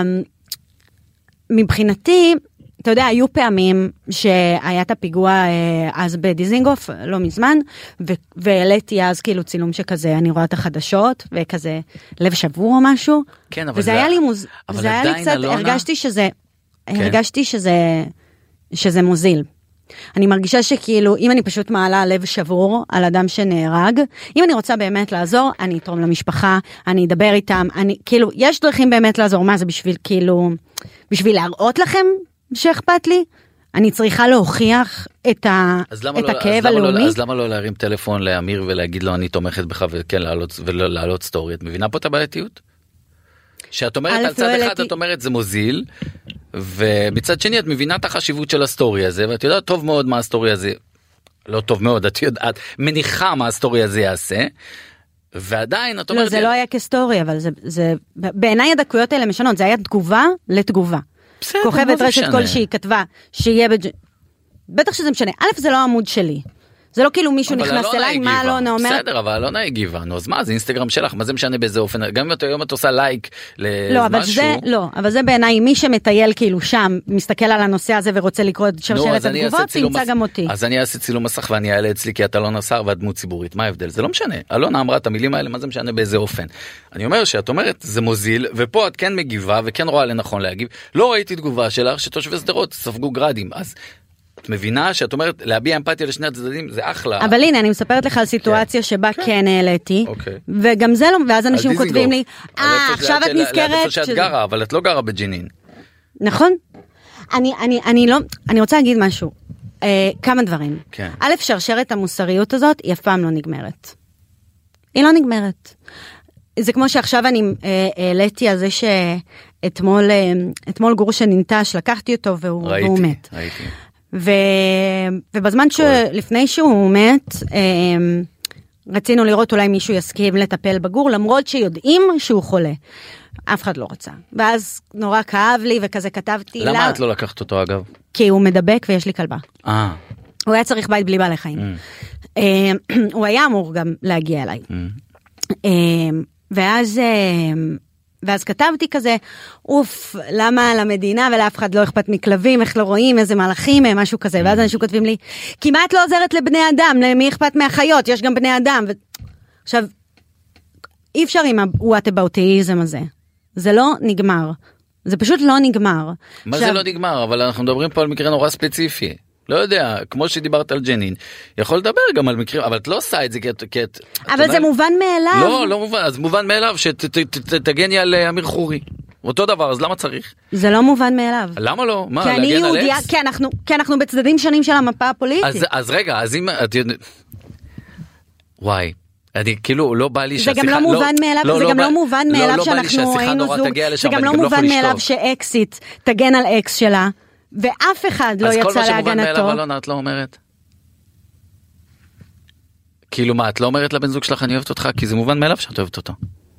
מבחינתי, אתה יודע, היו פעמים שהיה את הפיגוע אז בדיזינגוף, לא מזמן, והעליתי אז כאילו צילום שכזה, אני רואה את החדשות, וכזה לב שבור או משהו, כן, אבל וזה היה לי זה היה לי קצת, הרגשתי שזה מוזיל. אני מרגישה שכאילו, אם אני פשוט מעלה לב שבור על אדם שנהרג, אם אני רוצה באמת לעזור, אני אתרום למשפחה, אני אדבר איתם, כאילו, יש דרכים באמת לעזור, מה זה בשביל, כאילו, בשביל להראות לכם שאכפת לי? אני צריכה להוכיח את הכאב הלאומי. אז למה לא להרים טלפון לאמיר ולהגיד לו, אני תומכת בך, וכן, ולהעלות סטורי? את מבינה פה את הבעייתיות? שאת אומרת, על צד אחד את אומרת זה מוזיל, ובצד שני את מבינה את החשיבות של הסטורי הזה, ואת יודעת טוב מאוד מה הסטורי הזה, לא טוב מאוד, את יודעת, מניחה מה הסטורי הזה יעשה, ועדיין את אומרת... לא, זה לא היה כסטורי, אבל זה... בעיניי הדקויות האלה משנות, זה היה תגובה לתגובה. בסדר, כוכבת רשת כלשהי כתבה, שיהיה בטח שזה משנה. א', זה לא העמוד שלי. זה לא כאילו מישהו נכנס אליי, מה אלונה אומרת? בסדר, אבל אלונה הגיבה, נו, אז מה, זה אינסטגרם שלך, מה זה משנה באיזה אופן? גם אם היום את עושה לייק למשהו... אבל זה בעיניי, מי שמטייל כאילו שם, מסתכל על הנושא הזה ורוצה לקרוא את שרשרת התגובות, ימצא גם אותי. אז אני אעשה צילום מסך ואני אעלה אצלי, כי אתה לא נסר ואת דמות ציבורית, מה ההבדל? זה לא משנה. אלונה אמרה את המילים האלה, מה זה משנה באיזה אופן? אני אומר שאת אומרת, זה מוזיל, ופה את כן מגיבה וכן רואה לנכון להגיב. לא ראיתי תגובה שלך שתושבי שדרות ספגו גראדים. אז את מבינה שאת אומרת להביע אמפתיה לשני הצדדים, זה אחלה. אבל הנה, אני מספרת לך על סיטואציה שבה כן העליתי, וגם זה לא, ואז אנשים כותבים לי, עכשיו את נזכרת... איפה שאת גרה, אבל את לא גרה בג'נין. נכון. אני רוצה להגיד משהו, כמה דברים. א', שרשרת המוסריות הזאת, היא אף פעם לא נגמרת. היא לא נגמרת. זה כמו שעכשיו אני העליתי על זה שאתמול גור שננטש, לקחתי אותו והוא מת. ראיתי. ובזמן שלפני שהוא מת, רצינו לראות אולי מישהו יסכים לטפל בגור, למרות שיודעים שהוא חולה. אף אחד לא רצה. ואז נורא כאב לי וכזה כתבתי לה... למה את לא לקחת אותו אגב? כי הוא מדבק ויש לי כלבה. הוא היה צריך בית בלי בעלי חיים. הוא היה אמור גם להגיע אליי. ואז כתבתי כזה, אוף, למה למדינה ולאף אחד לא אכפת מכלבים, איך לא רואים, איזה מלאכים, משהו כזה. ואז אנשים כותבים לי, כמעט לא עוזרת לבני אדם, למי אכפת מהחיות, יש גם בני אדם. עכשיו, אי אפשר עם הוואטאבאוטיזם הזה. זה לא נגמר. זה פשוט לא נגמר. מה זה לא נגמר? אבל אנחנו מדברים פה על מקרה נורא ספציפי. לא יודע, כמו שדיברת על ג'נין, יכול לדבר גם על מקרים, אבל את לא עושה את זה כי את... אבל זה מובן מאליו. לא מובן, אז מובן מאליו שתגני על אמיר חורי. אותו דבר, אז למה צריך? זה לא מובן מאליו. למה לא? מה, כי אני יהודיה, כי אנחנו בצדדים שונים של המפה הפוליטית. אז רגע, אז אם... וואי. אני כאילו לא בא לי זה גם לא מובן מאליו, זה גם לא מובן מאליו שאנחנו היינו זוג, זה גם לא מובן מאליו שאקסיט תגן על אקס שלה. ואף אחד לא יצא להגנתו. אז כל מה שמובן מאליו, אלונה, את לא אומרת? כאילו מה, את לא אומרת לבן זוג שלך, אני אוהבת אותך, כי זה מובן מאליו שאת אוהבת אותו.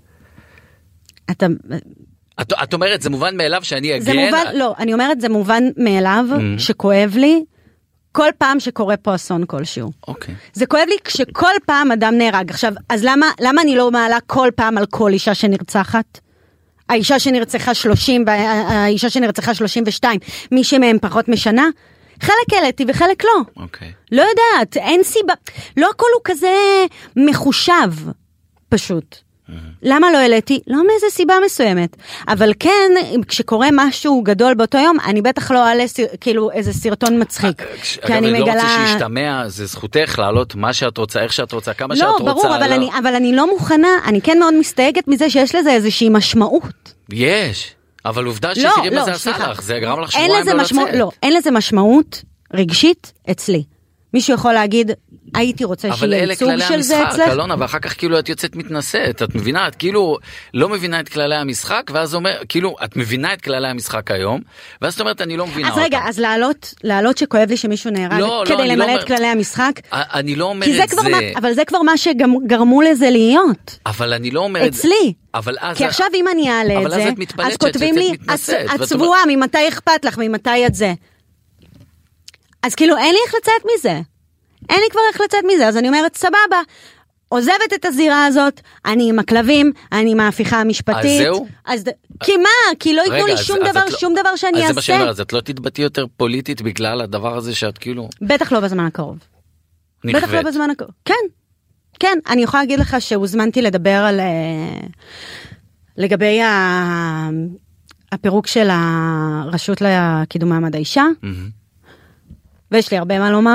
את אומרת, זה מובן מאליו שאני אגן? לא, אני אומרת, זה מובן מאליו שכואב לי, כל פעם שקורה פה אסון כלשהו. אוקיי. זה כואב לי כשכל פעם אדם נהרג. עכשיו, אז למה אני לא מעלה כל פעם על כל אישה שנרצחת? האישה שנרצחה 30 והאישה שנרצחה 32, מי שמהם פחות משנה, חלק העליתי וחלק לא. לא יודעת, אין סיבה, לא הכל הוא כזה מחושב, פשוט. למה לא העליתי? לא מאיזה סיבה מסוימת. אבל כן, כשקורה משהו גדול באותו יום, אני בטח לא אעלה כאילו איזה סרטון מצחיק. כי אני מגלה... לא רוצה שישתמע, זה זכותך לעלות מה שאת רוצה, איך שאת רוצה, כמה שאת רוצה. לא, ברור, אבל אני לא מוכנה, אני כן מאוד מסתייגת מזה שיש לזה איזושהי משמעות. יש, אבל עובדה שתראי מה זה עשה לך, זה גרם לך שבועיים לא לצאת. לא, אין לזה משמעות רגשית אצלי. מישהו יכול להגיד, הייתי רוצה שיהיה ייצוג של זה אצלך. אלונה, ואחר כך כאילו את יוצאת מתנשאת, את מבינה, את כאילו לא מבינה את כללי המשחק, ואז אומר, כאילו, את מבינה את כללי המשחק היום, ואז את אומרת, אני לא מבינה אותם. אז רגע, אז לעלות שכואב לי שמישהו נהרג, כדי למלא את כללי המשחק. אני לא אומר את זה. אבל זה כבר מה שגרמו לזה להיות. אבל אני לא אומר את זה. אצלי. כי עכשיו אם אני אעלה את זה, אז כותבים לי, את צבועה, ממתי אכפת לך, ממתי את זה. אז כאילו אין לי איך לצאת מזה. אין לי כבר איך לצאת מזה, אז אני אומרת, סבבה, עוזבת את הזירה הזאת, אני עם הכלבים, אני עם ההפיכה המשפטית. אז זהו? כי מה? כי לא ייתנו לי שום דבר שאני אעשה. אז זה מה שאומר, אז את לא תתבטאי יותר פוליטית בגלל הדבר הזה שאת כאילו... בטח לא בזמן הקרוב. נכוות. בטח לא בזמן הקרוב. כן, אני יכולה להגיד לך שהוזמנתי לדבר על... לגבי הפירוק של הרשות לקידום מעמד האישה. ויש לי הרבה מה לומר.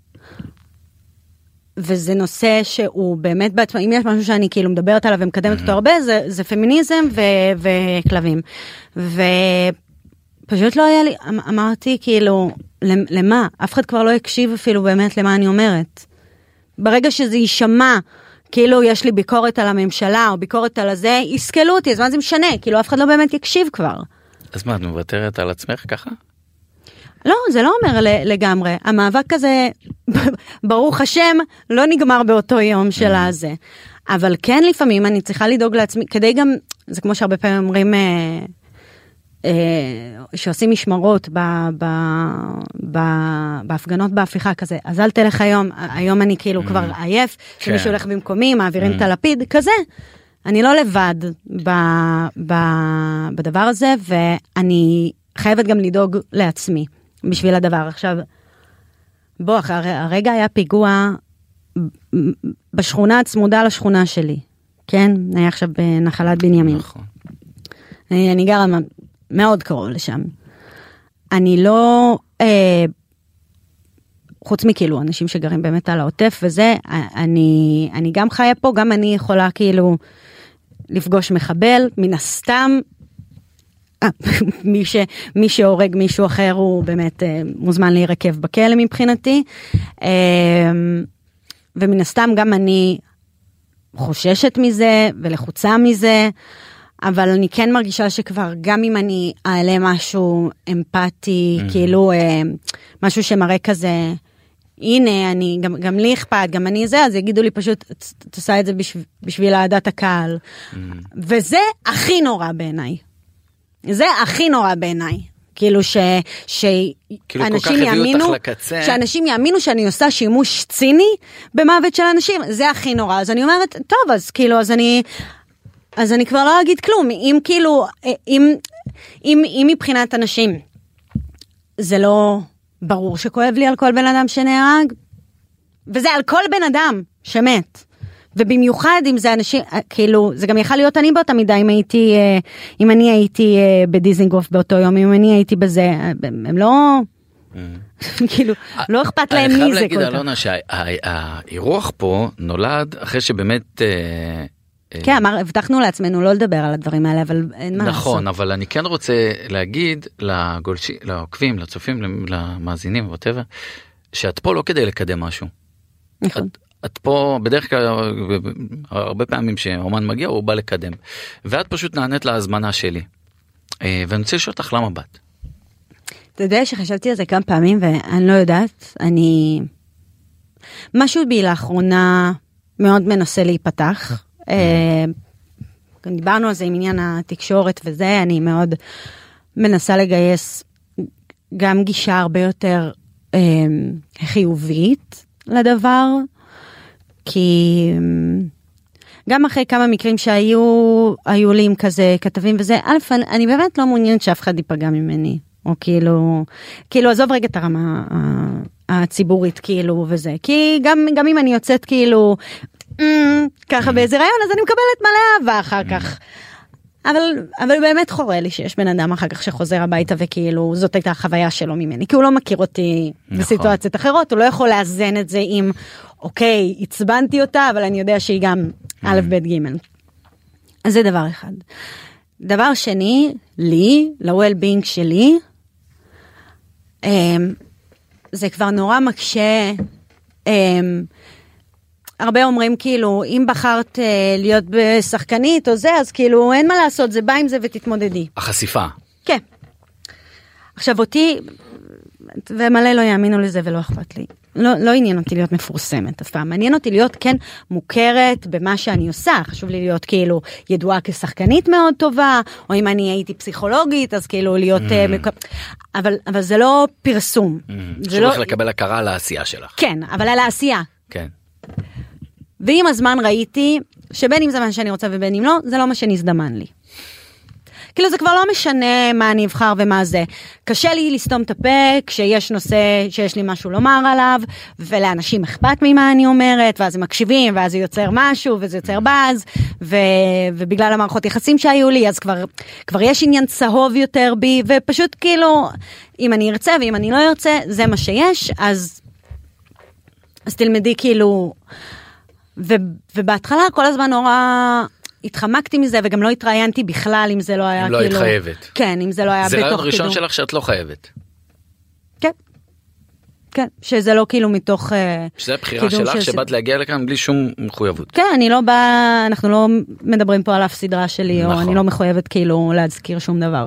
וזה נושא שהוא באמת בעצמו, אם יש משהו שאני כאילו מדברת עליו ומקדמת אותו הרבה, זה פמיניזם וכלבים. ופשוט לא היה לי, אמרתי כאילו, למה? אף אחד כבר לא הקשיב אפילו באמת למה אני אומרת. ברגע שזה יישמע כאילו יש לי ביקורת על הממשלה, או ביקורת על הזה, יסכלו אותי, אז מה זה משנה? כאילו אף אחד לא באמת יקשיב כבר. אז מה, את מוותרת על עצמך ככה? לא, זה לא אומר לגמרי. המאבק הזה, ברוך השם, לא נגמר באותו יום של הזה. אבל כן לפעמים אני צריכה לדאוג לעצמי, כדי גם, זה כמו שהרבה פעמים אומרים, שעושים משמרות בהפגנות בהפיכה כזה, אז אל תלך היום אני כאילו כבר עייף, שמישהו הולך במקומי, מעבירים את הלפיד, כזה. אני לא לבד בדבר הזה, ואני חייבת גם לדאוג לעצמי בשביל הדבר. עכשיו, בוא, הרגע היה פיגוע בשכונה הצמודה לשכונה שלי, כן? היה עכשיו בנחלת בנימין. נכון. אני גרה מאוד קרוב לשם. אני לא, חוץ מכאילו, אנשים שגרים באמת על העוטף וזה, אני גם חיה פה, גם אני יכולה כאילו לפגוש מחבל, מן הסתם, מי שהורג מישהו אחר הוא באמת מוזמן להירקב בכלא מבחינתי, ומן הסתם גם אני חוששת מזה ולחוצה מזה, אבל אני כן מרגישה שכבר גם אם אני אעלה משהו אמפתי, כאילו משהו שמראה כזה, הנה, גם לי אכפת, גם אני זה, אז יגידו לי פשוט, תעשה את זה בשביל העדת הקהל. וזה הכי נורא בעיניי. זה הכי נורא בעיניי. כאילו שאנשים יאמינו שאני עושה שימוש ציני במוות של אנשים, זה הכי נורא. אז אני אומרת, טוב, אז כאילו, אז אני כבר לא אגיד כלום. אם כאילו, אם מבחינת אנשים, זה לא ברור שכואב לי על כל בן אדם שנהרג, וזה על כל בן אדם שמת. ובמיוחד אם זה אנשים, כאילו, זה גם יכול להיות אני באותה מידה, אם אני הייתי בדיזינגוף באותו יום, אם אני הייתי בזה, הם לא, כאילו, לא אכפת להם מי זה כל כך. אני חייב להגיד, אלונה, שהאירוח פה נולד אחרי שבאמת, כן, הבטחנו לעצמנו לא לדבר על הדברים האלה, אבל אין מה לעשות. נכון, אבל אני כן רוצה להגיד לעוקבים, לצופים, למאזינים, whatever, שאת פה לא כדי לקדם משהו. נכון. את פה בדרך כלל, הרבה פעמים שאומן מגיע, הוא בא לקדם. ואת פשוט נענית להזמנה שלי. ואני רוצה לשאול אותך למה באת. אתה יודע שחשבתי על זה כמה פעמים, ואני לא יודעת, משהו בי לאחרונה מאוד מנסה להיפתח. דיברנו על זה עם עניין התקשורת וזה, אני מאוד מנסה לגייס גם גישה הרבה יותר חיובית לדבר, כי גם אחרי כמה מקרים שהיו לי עם כזה כתבים וזה, א', אני באמת לא מעוניינת שאף אחד ייפגע ממני, או כאילו עזוב רגע את הרמה הציבורית כאילו וזה, כי גם אם אני יוצאת כאילו ככה באיזה רעיון, אז אני מקבלת מלא אהבה אחר כך. אבל באמת חורה לי שיש בן אדם אחר כך שחוזר הביתה וכאילו זאת הייתה החוויה שלו ממני, כי הוא לא מכיר אותי בסיטואציות אחרות, הוא לא יכול לאזן את זה עם, אוקיי, הצבנתי אותה, אבל אני יודע שהיא גם א' ב' ג'. אז זה דבר אחד. דבר שני, לי, ל-well-being שלי, זה כבר נורא מקשה, הרבה אומרים כאילו, אם בחרת להיות בשחקנית או זה, אז כאילו אין מה לעשות, זה בא עם זה ותתמודדי. החשיפה. כן. עכשיו אותי, ומלא לא יאמינו לזה ולא אכפת לי. לא עניין אותי להיות מפורסמת אף פעם. מעניין אותי להיות כן מוכרת במה שאני עושה. חשוב לי להיות כאילו ידועה כשחקנית מאוד טובה, או אם אני הייתי פסיכולוגית, אז כאילו להיות... אבל זה לא פרסום. חשוב לך לקבל הכרה על העשייה שלך. כן, אבל על העשייה. כן. ועם הזמן ראיתי שבין אם זה מה שאני רוצה ובין אם לא, זה לא מה שנזדמן לי. כאילו זה כבר לא משנה מה אני אבחר ומה זה. קשה לי לסתום את הפה כשיש נושא שיש לי משהו לומר עליו, ולאנשים אכפת ממה אני אומרת, ואז הם מקשיבים, ואז זה יוצר משהו, וזה יוצר באז, ובגלל המערכות יחסים שהיו לי, אז כבר יש עניין צהוב יותר בי, ופשוט כאילו, אם אני ארצה ואם אני לא ארצה, זה מה שיש, אז תלמדי כאילו... ובהתחלה כל הזמן נורא התחמקתי מזה, וגם לא התראיינתי בכלל, אם זה לא היה כאילו... לא היית חייבת. כן, אם זה לא היה בתוך קידום. זה רעיון ראשון שלך שאת לא חייבת. כן. כן, שזה לא כאילו מתוך... שזה הבחירה שלך שבאת להגיע לכאן בלי שום מחויבות. כן, אני לא באה, אנחנו לא מדברים פה על אף סדרה שלי, או אני לא מחויבת כאילו להזכיר שום דבר.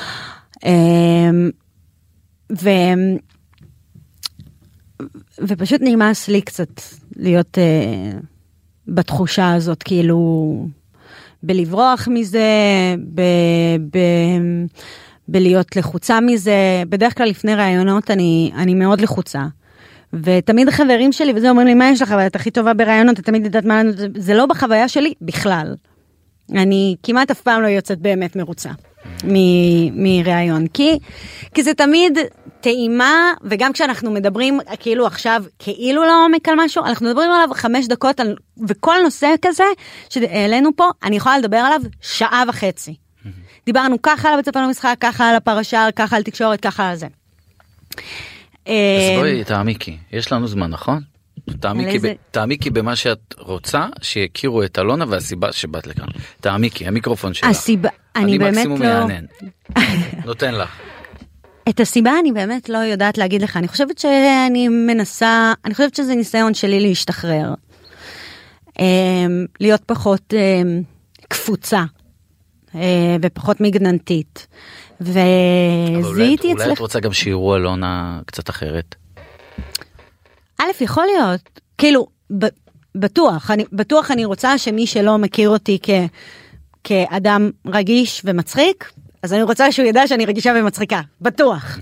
ופשוט נמאס לי קצת להיות בתחושה הזאת, כאילו, בלברוח מזה, בלהיות לחוצה מזה. בדרך כלל לפני רעיונות אני מאוד לחוצה. ותמיד החברים שלי, וזה אומרים לי, מה יש לך? ואת הכי טובה ברעיונות, את תמיד יודעת מה, זה לא בחוויה שלי בכלל. אני כמעט אף פעם לא יוצאת באמת מרוצה מרעיון. כי זה תמיד טעימה, וגם כשאנחנו מדברים כאילו עכשיו, כאילו לעומק על משהו, אנחנו מדברים עליו 5 דקות, וכל נושא כזה שהעלינו פה, אני יכולה לדבר עליו 1.5 שעות. דיברנו ככה על בית ספר למשחק, ככה על הפרשה, ככה על תקשורת, ככה על זה. אז בואי, תעמיקי. יש לנו זמן, נכון? תעמיקי במה שאת רוצה, שיכירו את אלונה והסיבה שבאת לכאן. תעמיקי, המיקרופון שלך. אני באמת מקסימום לא... יענן. נותן לך. את הסיבה אני באמת לא יודעת להגיד לך. אני חושבת שאני מנסה, אני חושבת שזה ניסיון שלי להשתחרר. להיות פחות קפוצה. ופחות מגננתית. וזיהיתי אצלך... אולי את רוצה גם שיראו אלונה קצת אחרת? א', יכול להיות. כאילו, בטוח אני רוצה שמי שלא מכיר אותי כאדם רגיש ומצחיק, אז אני רוצה שהוא ידע שאני רגישה ומצחיקה. בטוח.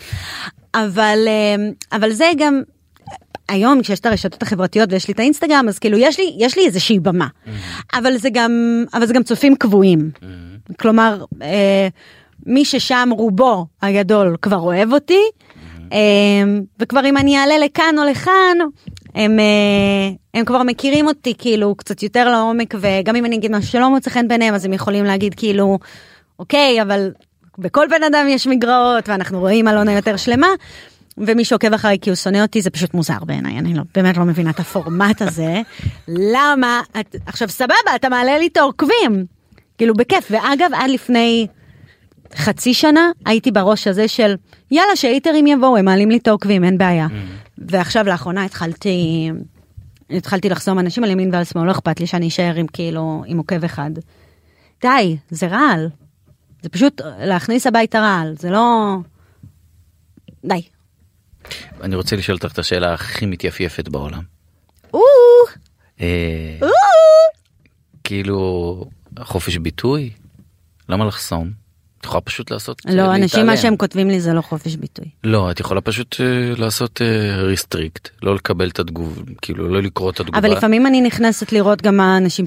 אבל זה גם... היום כשיש את הרשתות החברתיות ויש לי את האינסטגרם, אז כאילו יש לי איזושהי במה. אבל זה גם צופים קבועים. כלומר, מי ששם רובו הגדול כבר אוהב אותי, וכבר אם אני אעלה לכאן או לכאן, הם כבר מכירים אותי כאילו קצת יותר לעומק, וגם אם אני אגיד משהו שלא מוצא חן ביניהם, אז הם יכולים להגיד כאילו, אוקיי, אבל בכל בן אדם יש מגרעות, ואנחנו רואים אלונה יותר שלמה, ומי שעוקב אחרי כי הוא שונא אותי, זה פשוט מוזר בעיניי, אני באמת לא מבינה את הפורמט הזה. למה? עכשיו סבבה, אתה מעלה לי את העוקבים, כאילו בכיף. ואגב, עד לפני 0.5 שנה, הייתי בראש הזה של, יאללה, שהיתרים יבואו, הם מעלים לי את העוקבים, אין בעיה. ועכשיו לאחרונה התחלתי לחסום אנשים על ימין ועל שמאל, לא אכפת לי שאני אשאר עם כאילו, עם עוקב אחד. די, זה רעל. זה פשוט להכניס הביתה רעל, זה לא... די. אני רוצה לשאול אותך את השאלה הכי מתייפייפת בעולם. כאילו, חופש ביטוי? למה לחסום? את יכולה פשוט לעשות... לא, אנשים מה שהם כותבים לי זה לא חופש ביטוי. לא, את יכולה פשוט לעשות ריסטריקט, לא לקבל את התגובה, כאילו, לא לקרוא את התגובה. אבל לפעמים אני נכנסת לראות גם האנשים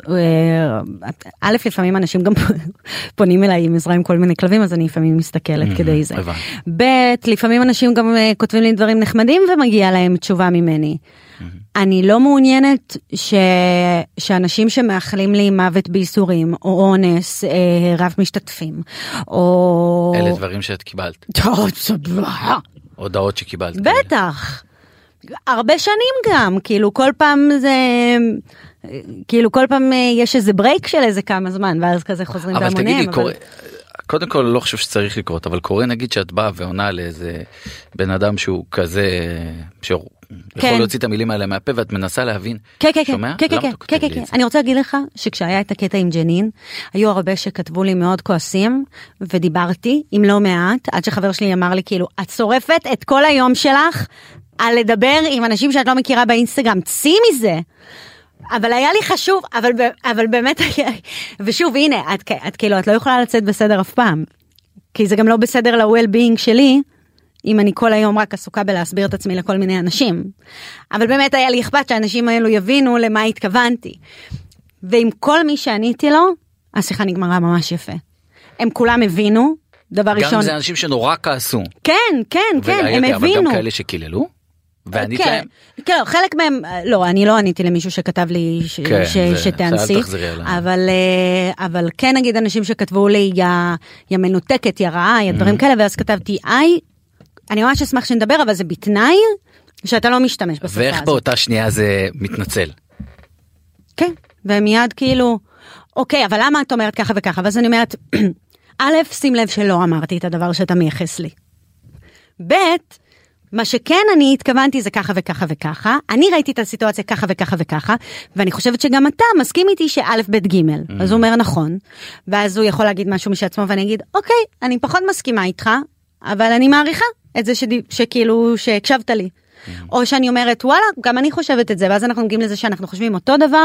א', לפעמים אנשים גם פונים אליי עם עזרה עם כל מיני כלבים, אז אני לפעמים מסתכלת כדי זה. ב', לפעמים אנשים גם כותבים לי דברים נחמדים ומגיע להם תשובה ממני. אני לא מעוניינת שאנשים שמאחלים לי מוות בייסורים, או אונס, רב משתתפים, או... אלה דברים שאת קיבלת. הודעות שקיבלת. בטח. הרבה שנים גם, כאילו כל פעם זה... כאילו כל פעם יש איזה ברייק של איזה כמה זמן, ואז כזה חוזרים בהמונים. אבל תגידי, קודם כל לא חושב שצריך לקרות, אבל קורה נגיד שאת באה ועונה לאיזה בן אדם שהוא כזה... יכול להוציא את המילים האלה מהפה, ואת מנסה להבין. כן. אני רוצה להגיד לך, שכשהיה את הקטע עם ג'נין, היו הרבה שכתבו לי מאוד כועסים, ודיברתי עם לא מעט, עד שחבר שלי אמר לי, כאילו, את שורפת את כל היום שלך, על לדבר עם אנשים שאת לא מכירה באינסטגרם, צאי מזה. אבל היה לי חשוב, אבל באמת, ושוב, הנה, את כאילו, את לא יכולה לצאת בסדר אף פעם, כי זה גם לא בסדר ל-well-being שלי, אם אני כל היום רק עסוקה בלהסביר את עצמי לכל מיני אנשים. אבל באמת היה לי אכפת שהאנשים האלו יבינו למה התכוונתי. ועם כל מי שעניתי לו, השיחה נגמרה ממש יפה. הם כולם הבינו, דבר ראשון... גם זה אנשים שנורא כעסו. כן, הם הבינו. אבל גם כאלה שקיללו? וענית להם? כן, חלק מהם, לא, אני לא עניתי למישהו שכתב לי שתאנסי, אבל כן נגיד אנשים שכתבו לי, יא מנותקת, יא רעה, יא דברים כאלה, ואז כתבתי, אני ממש אשמח שנדבר, אבל זה בתנאי שאתה לא משתמש בשפה הזאת. ואיך באותה שנייה זה מתנצל? כן, ומיד כאילו, אוקיי, אבל למה את אומרת ככה וככה? ואז אני אומרת, א', שים לב שלא אמרתי את הדבר שאתה מייחס לי. ב', מה שכן אני התכוונתי זה ככה וככה וככה, אני ראיתי את הסיטואציה ככה וככה וככה, ואני חושבת שגם אתה מסכים איתי שא' ב' ג', אז הוא אומר נכון, ואז הוא יכול להגיד משהו משעצמו, ואני אגיד, אוקיי, אני פחות מסכימה איתך, אבל אני מעריכה את זה שכאילו, שהקשבת לי. או שאני אומרת, וואלה, גם אני חושבת את זה, ואז אנחנו מגיעים לזה שאנחנו חושבים אותו דבר,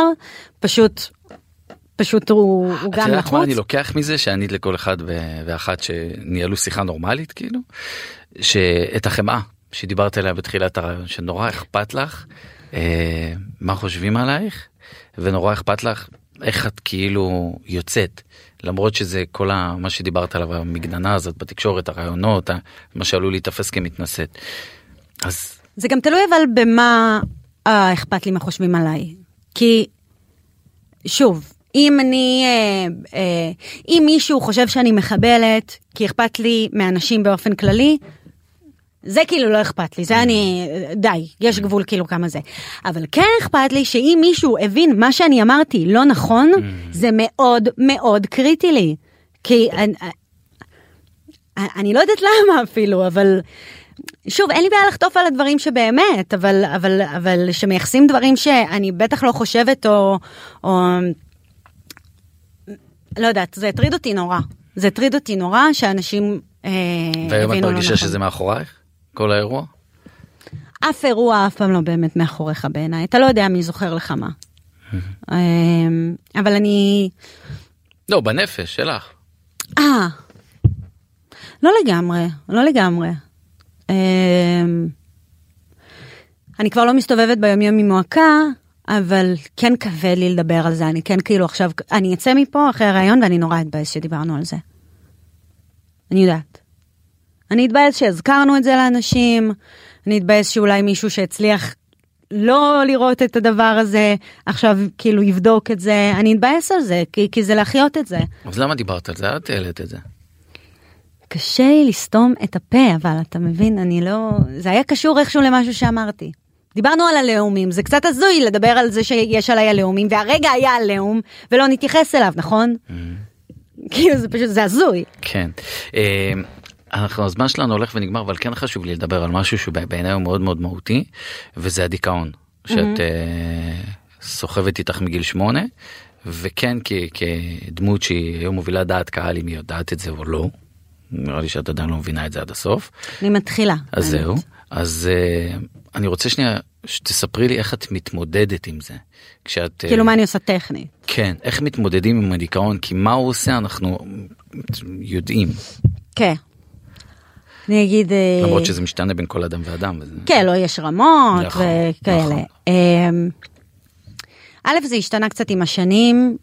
פשוט הוא גם לחוץ. את יודעת מה אני לוקח מזה, שאני לכל אחד ואחת שניהלו שיחה נורמלית, כאילו, שאת החמאה שדיברת עליה בתחילת הרעיון, שנורא אכפת לך מה חושבים עלייך, ונורא אכפת לך איך את כאילו יוצאת, למרות שזה כל מה שדיברת עליו, המגננה הזאת בתקשורת, הרעיונות, מה שעלול להתאפס כמתנשאת. אז... זה גם תלוי אבל במה אכפת לי מה חושבים עליי. כי, שוב, אם מישהו חושב שאני מחבלת, כי אכפת לי מאנשים באופן כללי, זה כאילו לא אכפת לי, זה די, יש גבול כאילו כמה זה. אבל כן אכפת לי שאם מישהו הבין מה שאני אמרתי לא נכון, זה מאוד מאוד קריטי לי. כי אני לא יודעת למה אפילו, אבל שוב, אין לי בעיה לחטוף על הדברים שבאמת, אבל שמייחסים דברים שאני בטח לא חושבת או לא יודעת, זה הטריד אותי נורא. זה הטריד אותי נורא שאנשים והיום את מרגישה שזה מאחורייך? כל האירוע? אף אירוע אף פעם לא באמת מאחוריך בעיניי. אתה לא יודע מי זוכר לך מה. אבל אני... לא, בנפש שלך. לא לגמרי. אני כבר לא מסתובבת ביום עם מועקה, אבל כן כבד לי לדבר על זה. אני כן כאילו עכשיו, אני אצא מפה אחרי הרעיון ואני נורא אתבאס שדיברנו על זה. אני יודעת. אני אתבאס שהזכרנו את זה לאנשים, אני אתבאס שאולי מישהו שהצליח לא לראות את הדבר הזה, עכשיו כאילו יבדוק את זה, אני אתבאס על זה, כי זה להחיות את זה. אז למה דיברת על זה? את העלית את זה. קשה לי לסתום את הפה, אבל אתה מבין, אני לא... זה היה קשור איכשהו למשהו שאמרתי. דיברנו על הלאומים, זה קצת הזוי לדבר על זה שיש עליי הלאומים, והרגע היה הלאום, ולא נתייחס אליו, נכון? כאילו זה פשוט, זה הזוי. כן. הזמן שלנו הולך ונגמר, אבל כן חשוב לי לדבר על משהו שבעיניי הוא מאוד מאוד מהותי, וזה הדיכאון, שאת סוחבת איתך מגיל 8, וכן כדמות שהיא היום מובילה דעת קהל, אם היא יודעת את זה או לא, נראה לי שאת עדיין לא מבינה את זה עד הסוף. אני מתחילה. אז זהו. אז אני רוצה שנייה שתספרי לי איך את מתמודדת עם זה. כשאת... כאילו מה אני עושה טכנית. כן, איך מתמודדים עם הדיכאון, כי מה הוא עושה אנחנו יודעים. כן. אני אגיד... למרות שזה משתנה בין כל אדם ואדם. כן, לא יש רמות וכאלה. א', זה השתנה קצת עם השנים,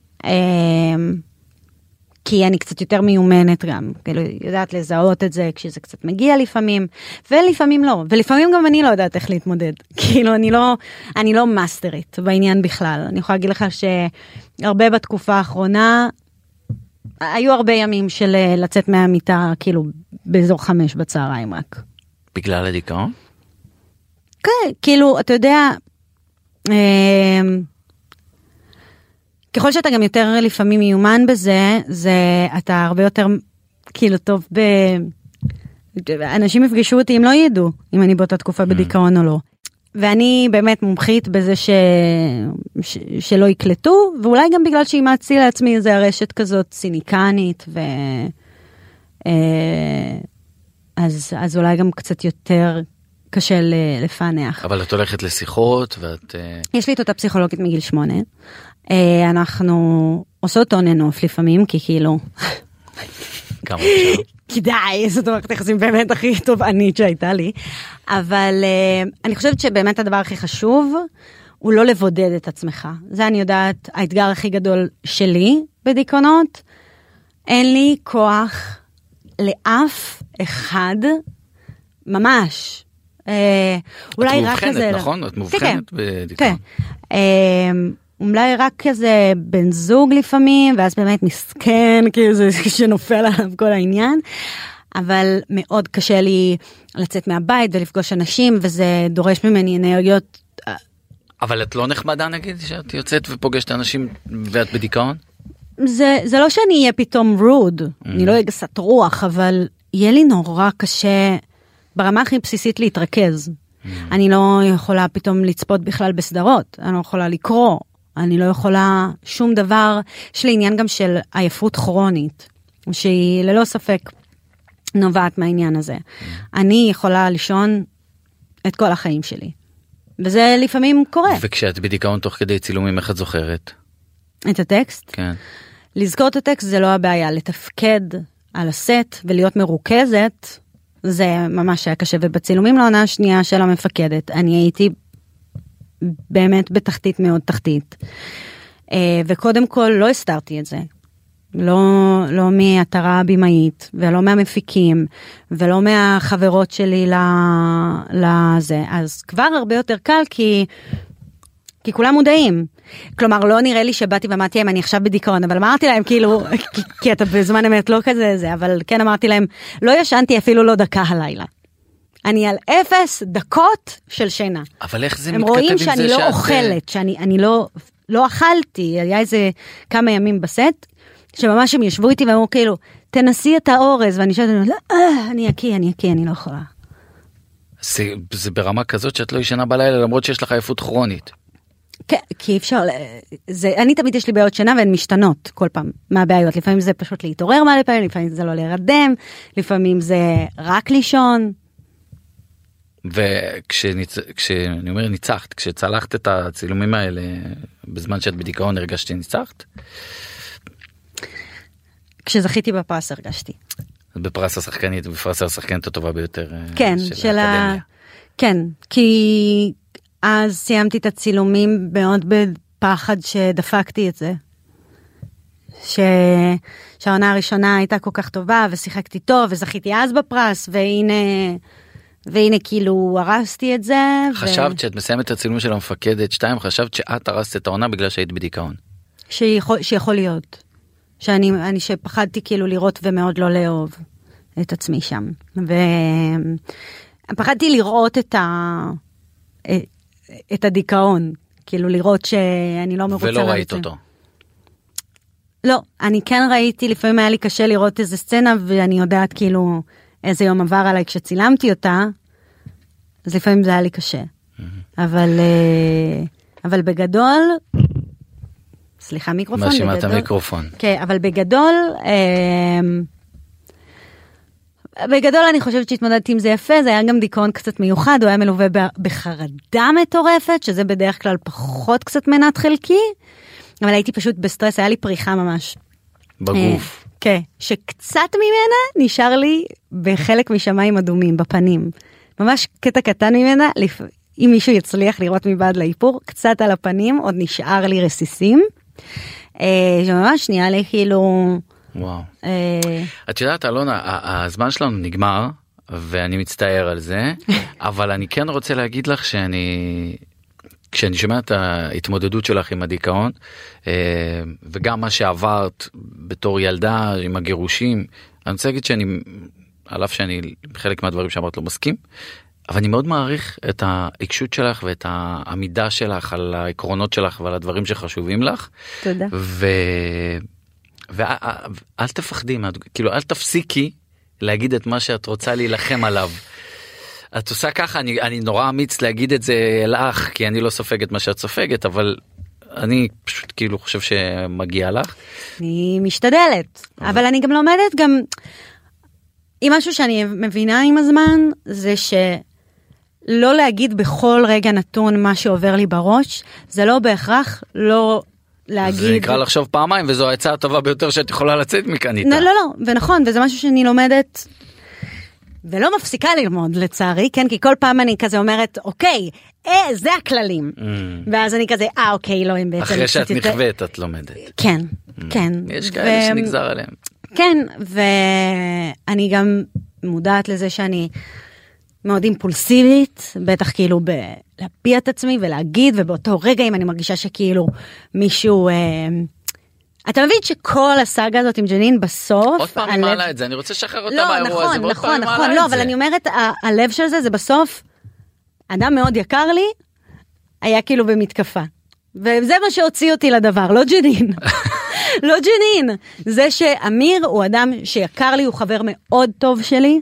כי אני קצת יותר מיומנת גם, כאילו יודעת לזהות את זה כשזה קצת מגיע לפעמים, ולפעמים לא, ולפעמים גם אני לא יודעת איך להתמודד, כאילו אני לא מאסטרית בעניין בכלל, אני יכולה להגיד לך שהרבה בתקופה האחרונה, היו הרבה ימים של לצאת מהמיטה, כאילו באזור 5 בצהריים רק. בגלל הדיכאון? כן, כאילו אתה יודע, ככל שאתה גם יותר לפעמים מיומן בזה, זה אתה הרבה יותר כאילו טוב אנשים יפגשו אותי אם לא ידעו, אם אני באותה תקופה בדיכאון או לא. ואני באמת מומחית בזה שלא יקלטו, ואולי גם בגלל שאימצתי לעצמי איזו הרשת כזאת סיניקנית, אז אולי גם קצת יותר קשה לפענח. אבל את הולכת לשיחות ואת... יש לי את אותה פסיכולוגית מגיל 8, אנחנו עושות און-אנ-אוף לפעמים, כי כאילו... כמה אפשר? כדאי, זאת אומרת, יחסים באמת הכי תובענית שהייתה לי, אבל אני חושבת שבאמת הדבר הכי חשוב, הוא לא לבודד את עצמך. זה אני יודעת, האתגר הכי גדול שלי בדיכאונות, אין לי כוח לאף אחד, ממש. אולי רק כזה... את מאובחנת, נכון? את מאובחנת בדיכאון. כן. אולי רק כזה בן זוג לפעמים, ואז באמת מסכן, כאילו זה שנופל עליו כל העניין, אבל מאוד קשה לי לצאת מהבית ולפגוש אנשים, וזה דורש ממני אנרגיות. אבל את לא נחמדה נגיד, שאת יוצאת ופוגשת אנשים ואת בדיכאון? זה לא שאני אהיה פתאום רוד, אני לא אגסת רוח, אבל יהיה לי נורא קשה ברמה הכי בסיסית להתרכז. אני לא יכולה פתאום לצפות בכלל בסדרות, אני לא יכולה לקרוא, אני לא יכולה שום דבר, יש לי עניין גם של עייפות כרונית, שהיא ללא ספק נובעת מהעניין הזה. אני יכולה לישון את כל החיים שלי. וזה לפעמים קורה. וכשאת בדיכאון תוך כדי צילומים, איך את זוכרת? את הטקסט? כן. לזכור את הטקסט זה לא הבעיה, לתפקד על הסט ולהיות מרוכזת, זה ממש היה קשה, ובצילומים לעונה השנייה של המפקדת, אני הייתי באמת בתחתית מאוד תחתית. וקודם כל לא הסתרתי את זה. לא מהתרה הבימאית, ולא מהמפיקים, ולא מהחברות שלי לזה. אז כבר הרבה יותר קל, כי כולם מודעים. כלומר, לא נראה לי שבאתי ואמרתי להם, אני עכשיו בדיכאון, אבל אמרתי להם, כאילו, כי אתה בזמן אמת לא כזה זה, אבל כן אמרתי להם, לא ישנתי אפילו לא דקה הלילה. אני על 0 דקות של שינה. אבל איך זה הם מתכתב עם רואים זה שאני לא אוכלת, שאני לא אכלתי, היה איזה כמה ימים בסט, שממש הם ישבו איתי ואמרו כאילו, תנסי את האורז, ואני שואלת, אני יקי, אני לא יכולה. זה ברמה כזאת שאת לא ישנה בלילה, למרות שיש לך עייפות כרונית. כן, כי אפשר, אני תמיד יש לי בעיות שינה והן משתנות כל פעם, מה הבעיות, לפעמים זה פשוט להתעורר מלא פעמים, לפעמים זה לא להירדם, לפעמים זה רק לישון. וכשאני אומר ניצחת, כשצלחת את הצילומים האלה, בזמן שאת בדיכאון הרגשתי ניצחת? כשזכיתי בפרס הרגשתי. בפרס השחקנית, בפרס השחקנית הטובה ביותר כן, של האקדמיה. כן, כי אז סיימתי את הצילומים מאוד בפחד שדפקתי את זה. שהעונה הראשונה הייתה כל כך טובה, ושיחקתי טוב, וזכיתי אז בפרס, והנה כאילו הרסתי את זה. חשבת שאת מסיימת את הצילום של המפקדת 2, חשבת שאת הרסת את העונה בגלל שהיית בדיכאון? שיכול להיות. שפחדתי כאילו לראות ומאוד לא לאהוב את עצמי שם. ופחדתי לראות את הדיכאון, כאילו לראות שאני לא מרוצה. ולא ראית אותו? לא, אני כן ראיתי, לפעמים היה לי קשה לראות איזה סצנה, ואני יודעת כאילו איזה יום עבר עליי כשצילמתי אותה, אז לפעמים זה היה לי קשה. אבל בגדול, סליחה, מיקרופון. מאשימה את המיקרופון. כן, אבל בגדול אני חושבת שהתמודדתי עם זה יפה, זה היה גם דיכאון קצת מיוחד, הוא היה מלווה בחרדה מטורפת, שזה בדרך כלל פחות קצת מנת חלקי, אבל הייתי פשוט בסטרס, היה לי פריחה ממש. בגוף. כן, שקצת ממנה נשאר לי בחלק משמיים אדומים, בפנים. ממש קטע קטן ממנה, אם מישהו יצליח לראות מבעד לאיפור, קצת על הפנים, עוד נשאר לי רסיסים. שממש נהיה לי כאילו... וואו. את יודעת, אלונה, הזמן שלנו נגמר, ואני מצטער על זה, אבל אני כן רוצה להגיד לך כשאני שומע את ההתמודדות שלך עם הדיכאון, וגם מה שעברת בתור ילדה עם הגירושים, אני רוצה להגיד על אף שאני חלק מהדברים שאמרת לא מסכים, אבל אני מאוד מעריך את העיקשות שלך ואת העמידה שלך על העקרונות שלך ועל הדברים שחשובים לך. תודה. ואל תפחדי, כאילו אל תפסיקי להגיד את מה שאת רוצה להילחם עליו. את עושה ככה, אני נורא אמיץ להגיד את זה לך, כי אני לא סופגת מה שאת סופגת, אבל אני פשוט כאילו חושב שמגיע לך. אני משתדלת, אבל אני גם לומדת גם, עם משהו שאני מבינה עם הזמן, זה שלא להגיד בכל רגע נתון מה שעובר לי בראש, זה לא בהכרח לא להגיד... זה נקרא לחשוב פעמיים, וזו העצה הטובה ביותר שאת יכולה לצאת מכאן איתה. לא, ונכון, וזה משהו שאני לומדת... ולא מפסיקה ללמוד לצערי, כן? כי כל פעם אני כזה אומרת, אוקיי, זה הכללים. ואז אני כזה, אוקיי, לא, הם בעצם... אחרי שאת נכווית, את לומדת. כן, כן. יש כאלה שנגזר עליהם. כן, ואני גם מודעת לזה שאני מאוד אימפולסיבית, בטח כאילו להביע את עצמי ולהגיד, ובאותו רגע אם אני מרגישה שכאילו מישהו... אתה מבין שכל הסאגה הזאת עם ג'נין בסוף... עוד פעם מעלה את זה, אני רוצה לשחרר אותה מהאירוע הזה, ועוד פעם מעלה את זה. לא, אבל אני אומרת, הלב של זה בסוף, אדם מאוד יקר לי, היה כאילו במתקפה. וזה מה שהוציא אותי לדבר, לא ג'נין. לא ג'נין. זה שאמיר הוא אדם שיקר לי, הוא חבר מאוד טוב שלי,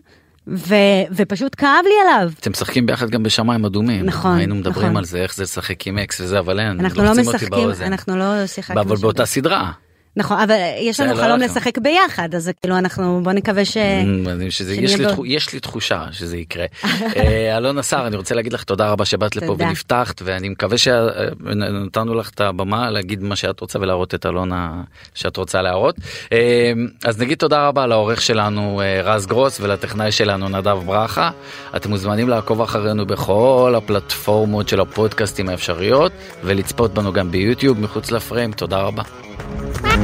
ופשוט כאב לי עליו. אתם משחקים ביחד גם בשמיים אדומים. נכון. היינו מדברים על זה, איך זה לשחק עם אקס וזה, אבל אין. אנחנו לא משחקים, אנחנו לא שיחקנו. אבל באותה סדרה. נכון, אבל יש לנו חלום לשחק ביחד, אז כאילו אנחנו, בוא נקווה יש לי תחושה שזה יקרה. אלונה שר, אני רוצה להגיד לך תודה רבה שבאת לפה ונפתחת, ואני מקווה שנתנו לך את הבמה להגיד מה שאת רוצה ולהראות את אלונה שאת רוצה להראות. אז נגיד תודה רבה לעורך שלנו רז גרוס ולטכנאי שלנו נדב ברכה. אתם מוזמנים לעקוב אחרינו בכל הפלטפורמות של הפודקאסטים האפשריות, ולצפות בנו גם ביוטיוב מחוץ לפריים. תודה רבה.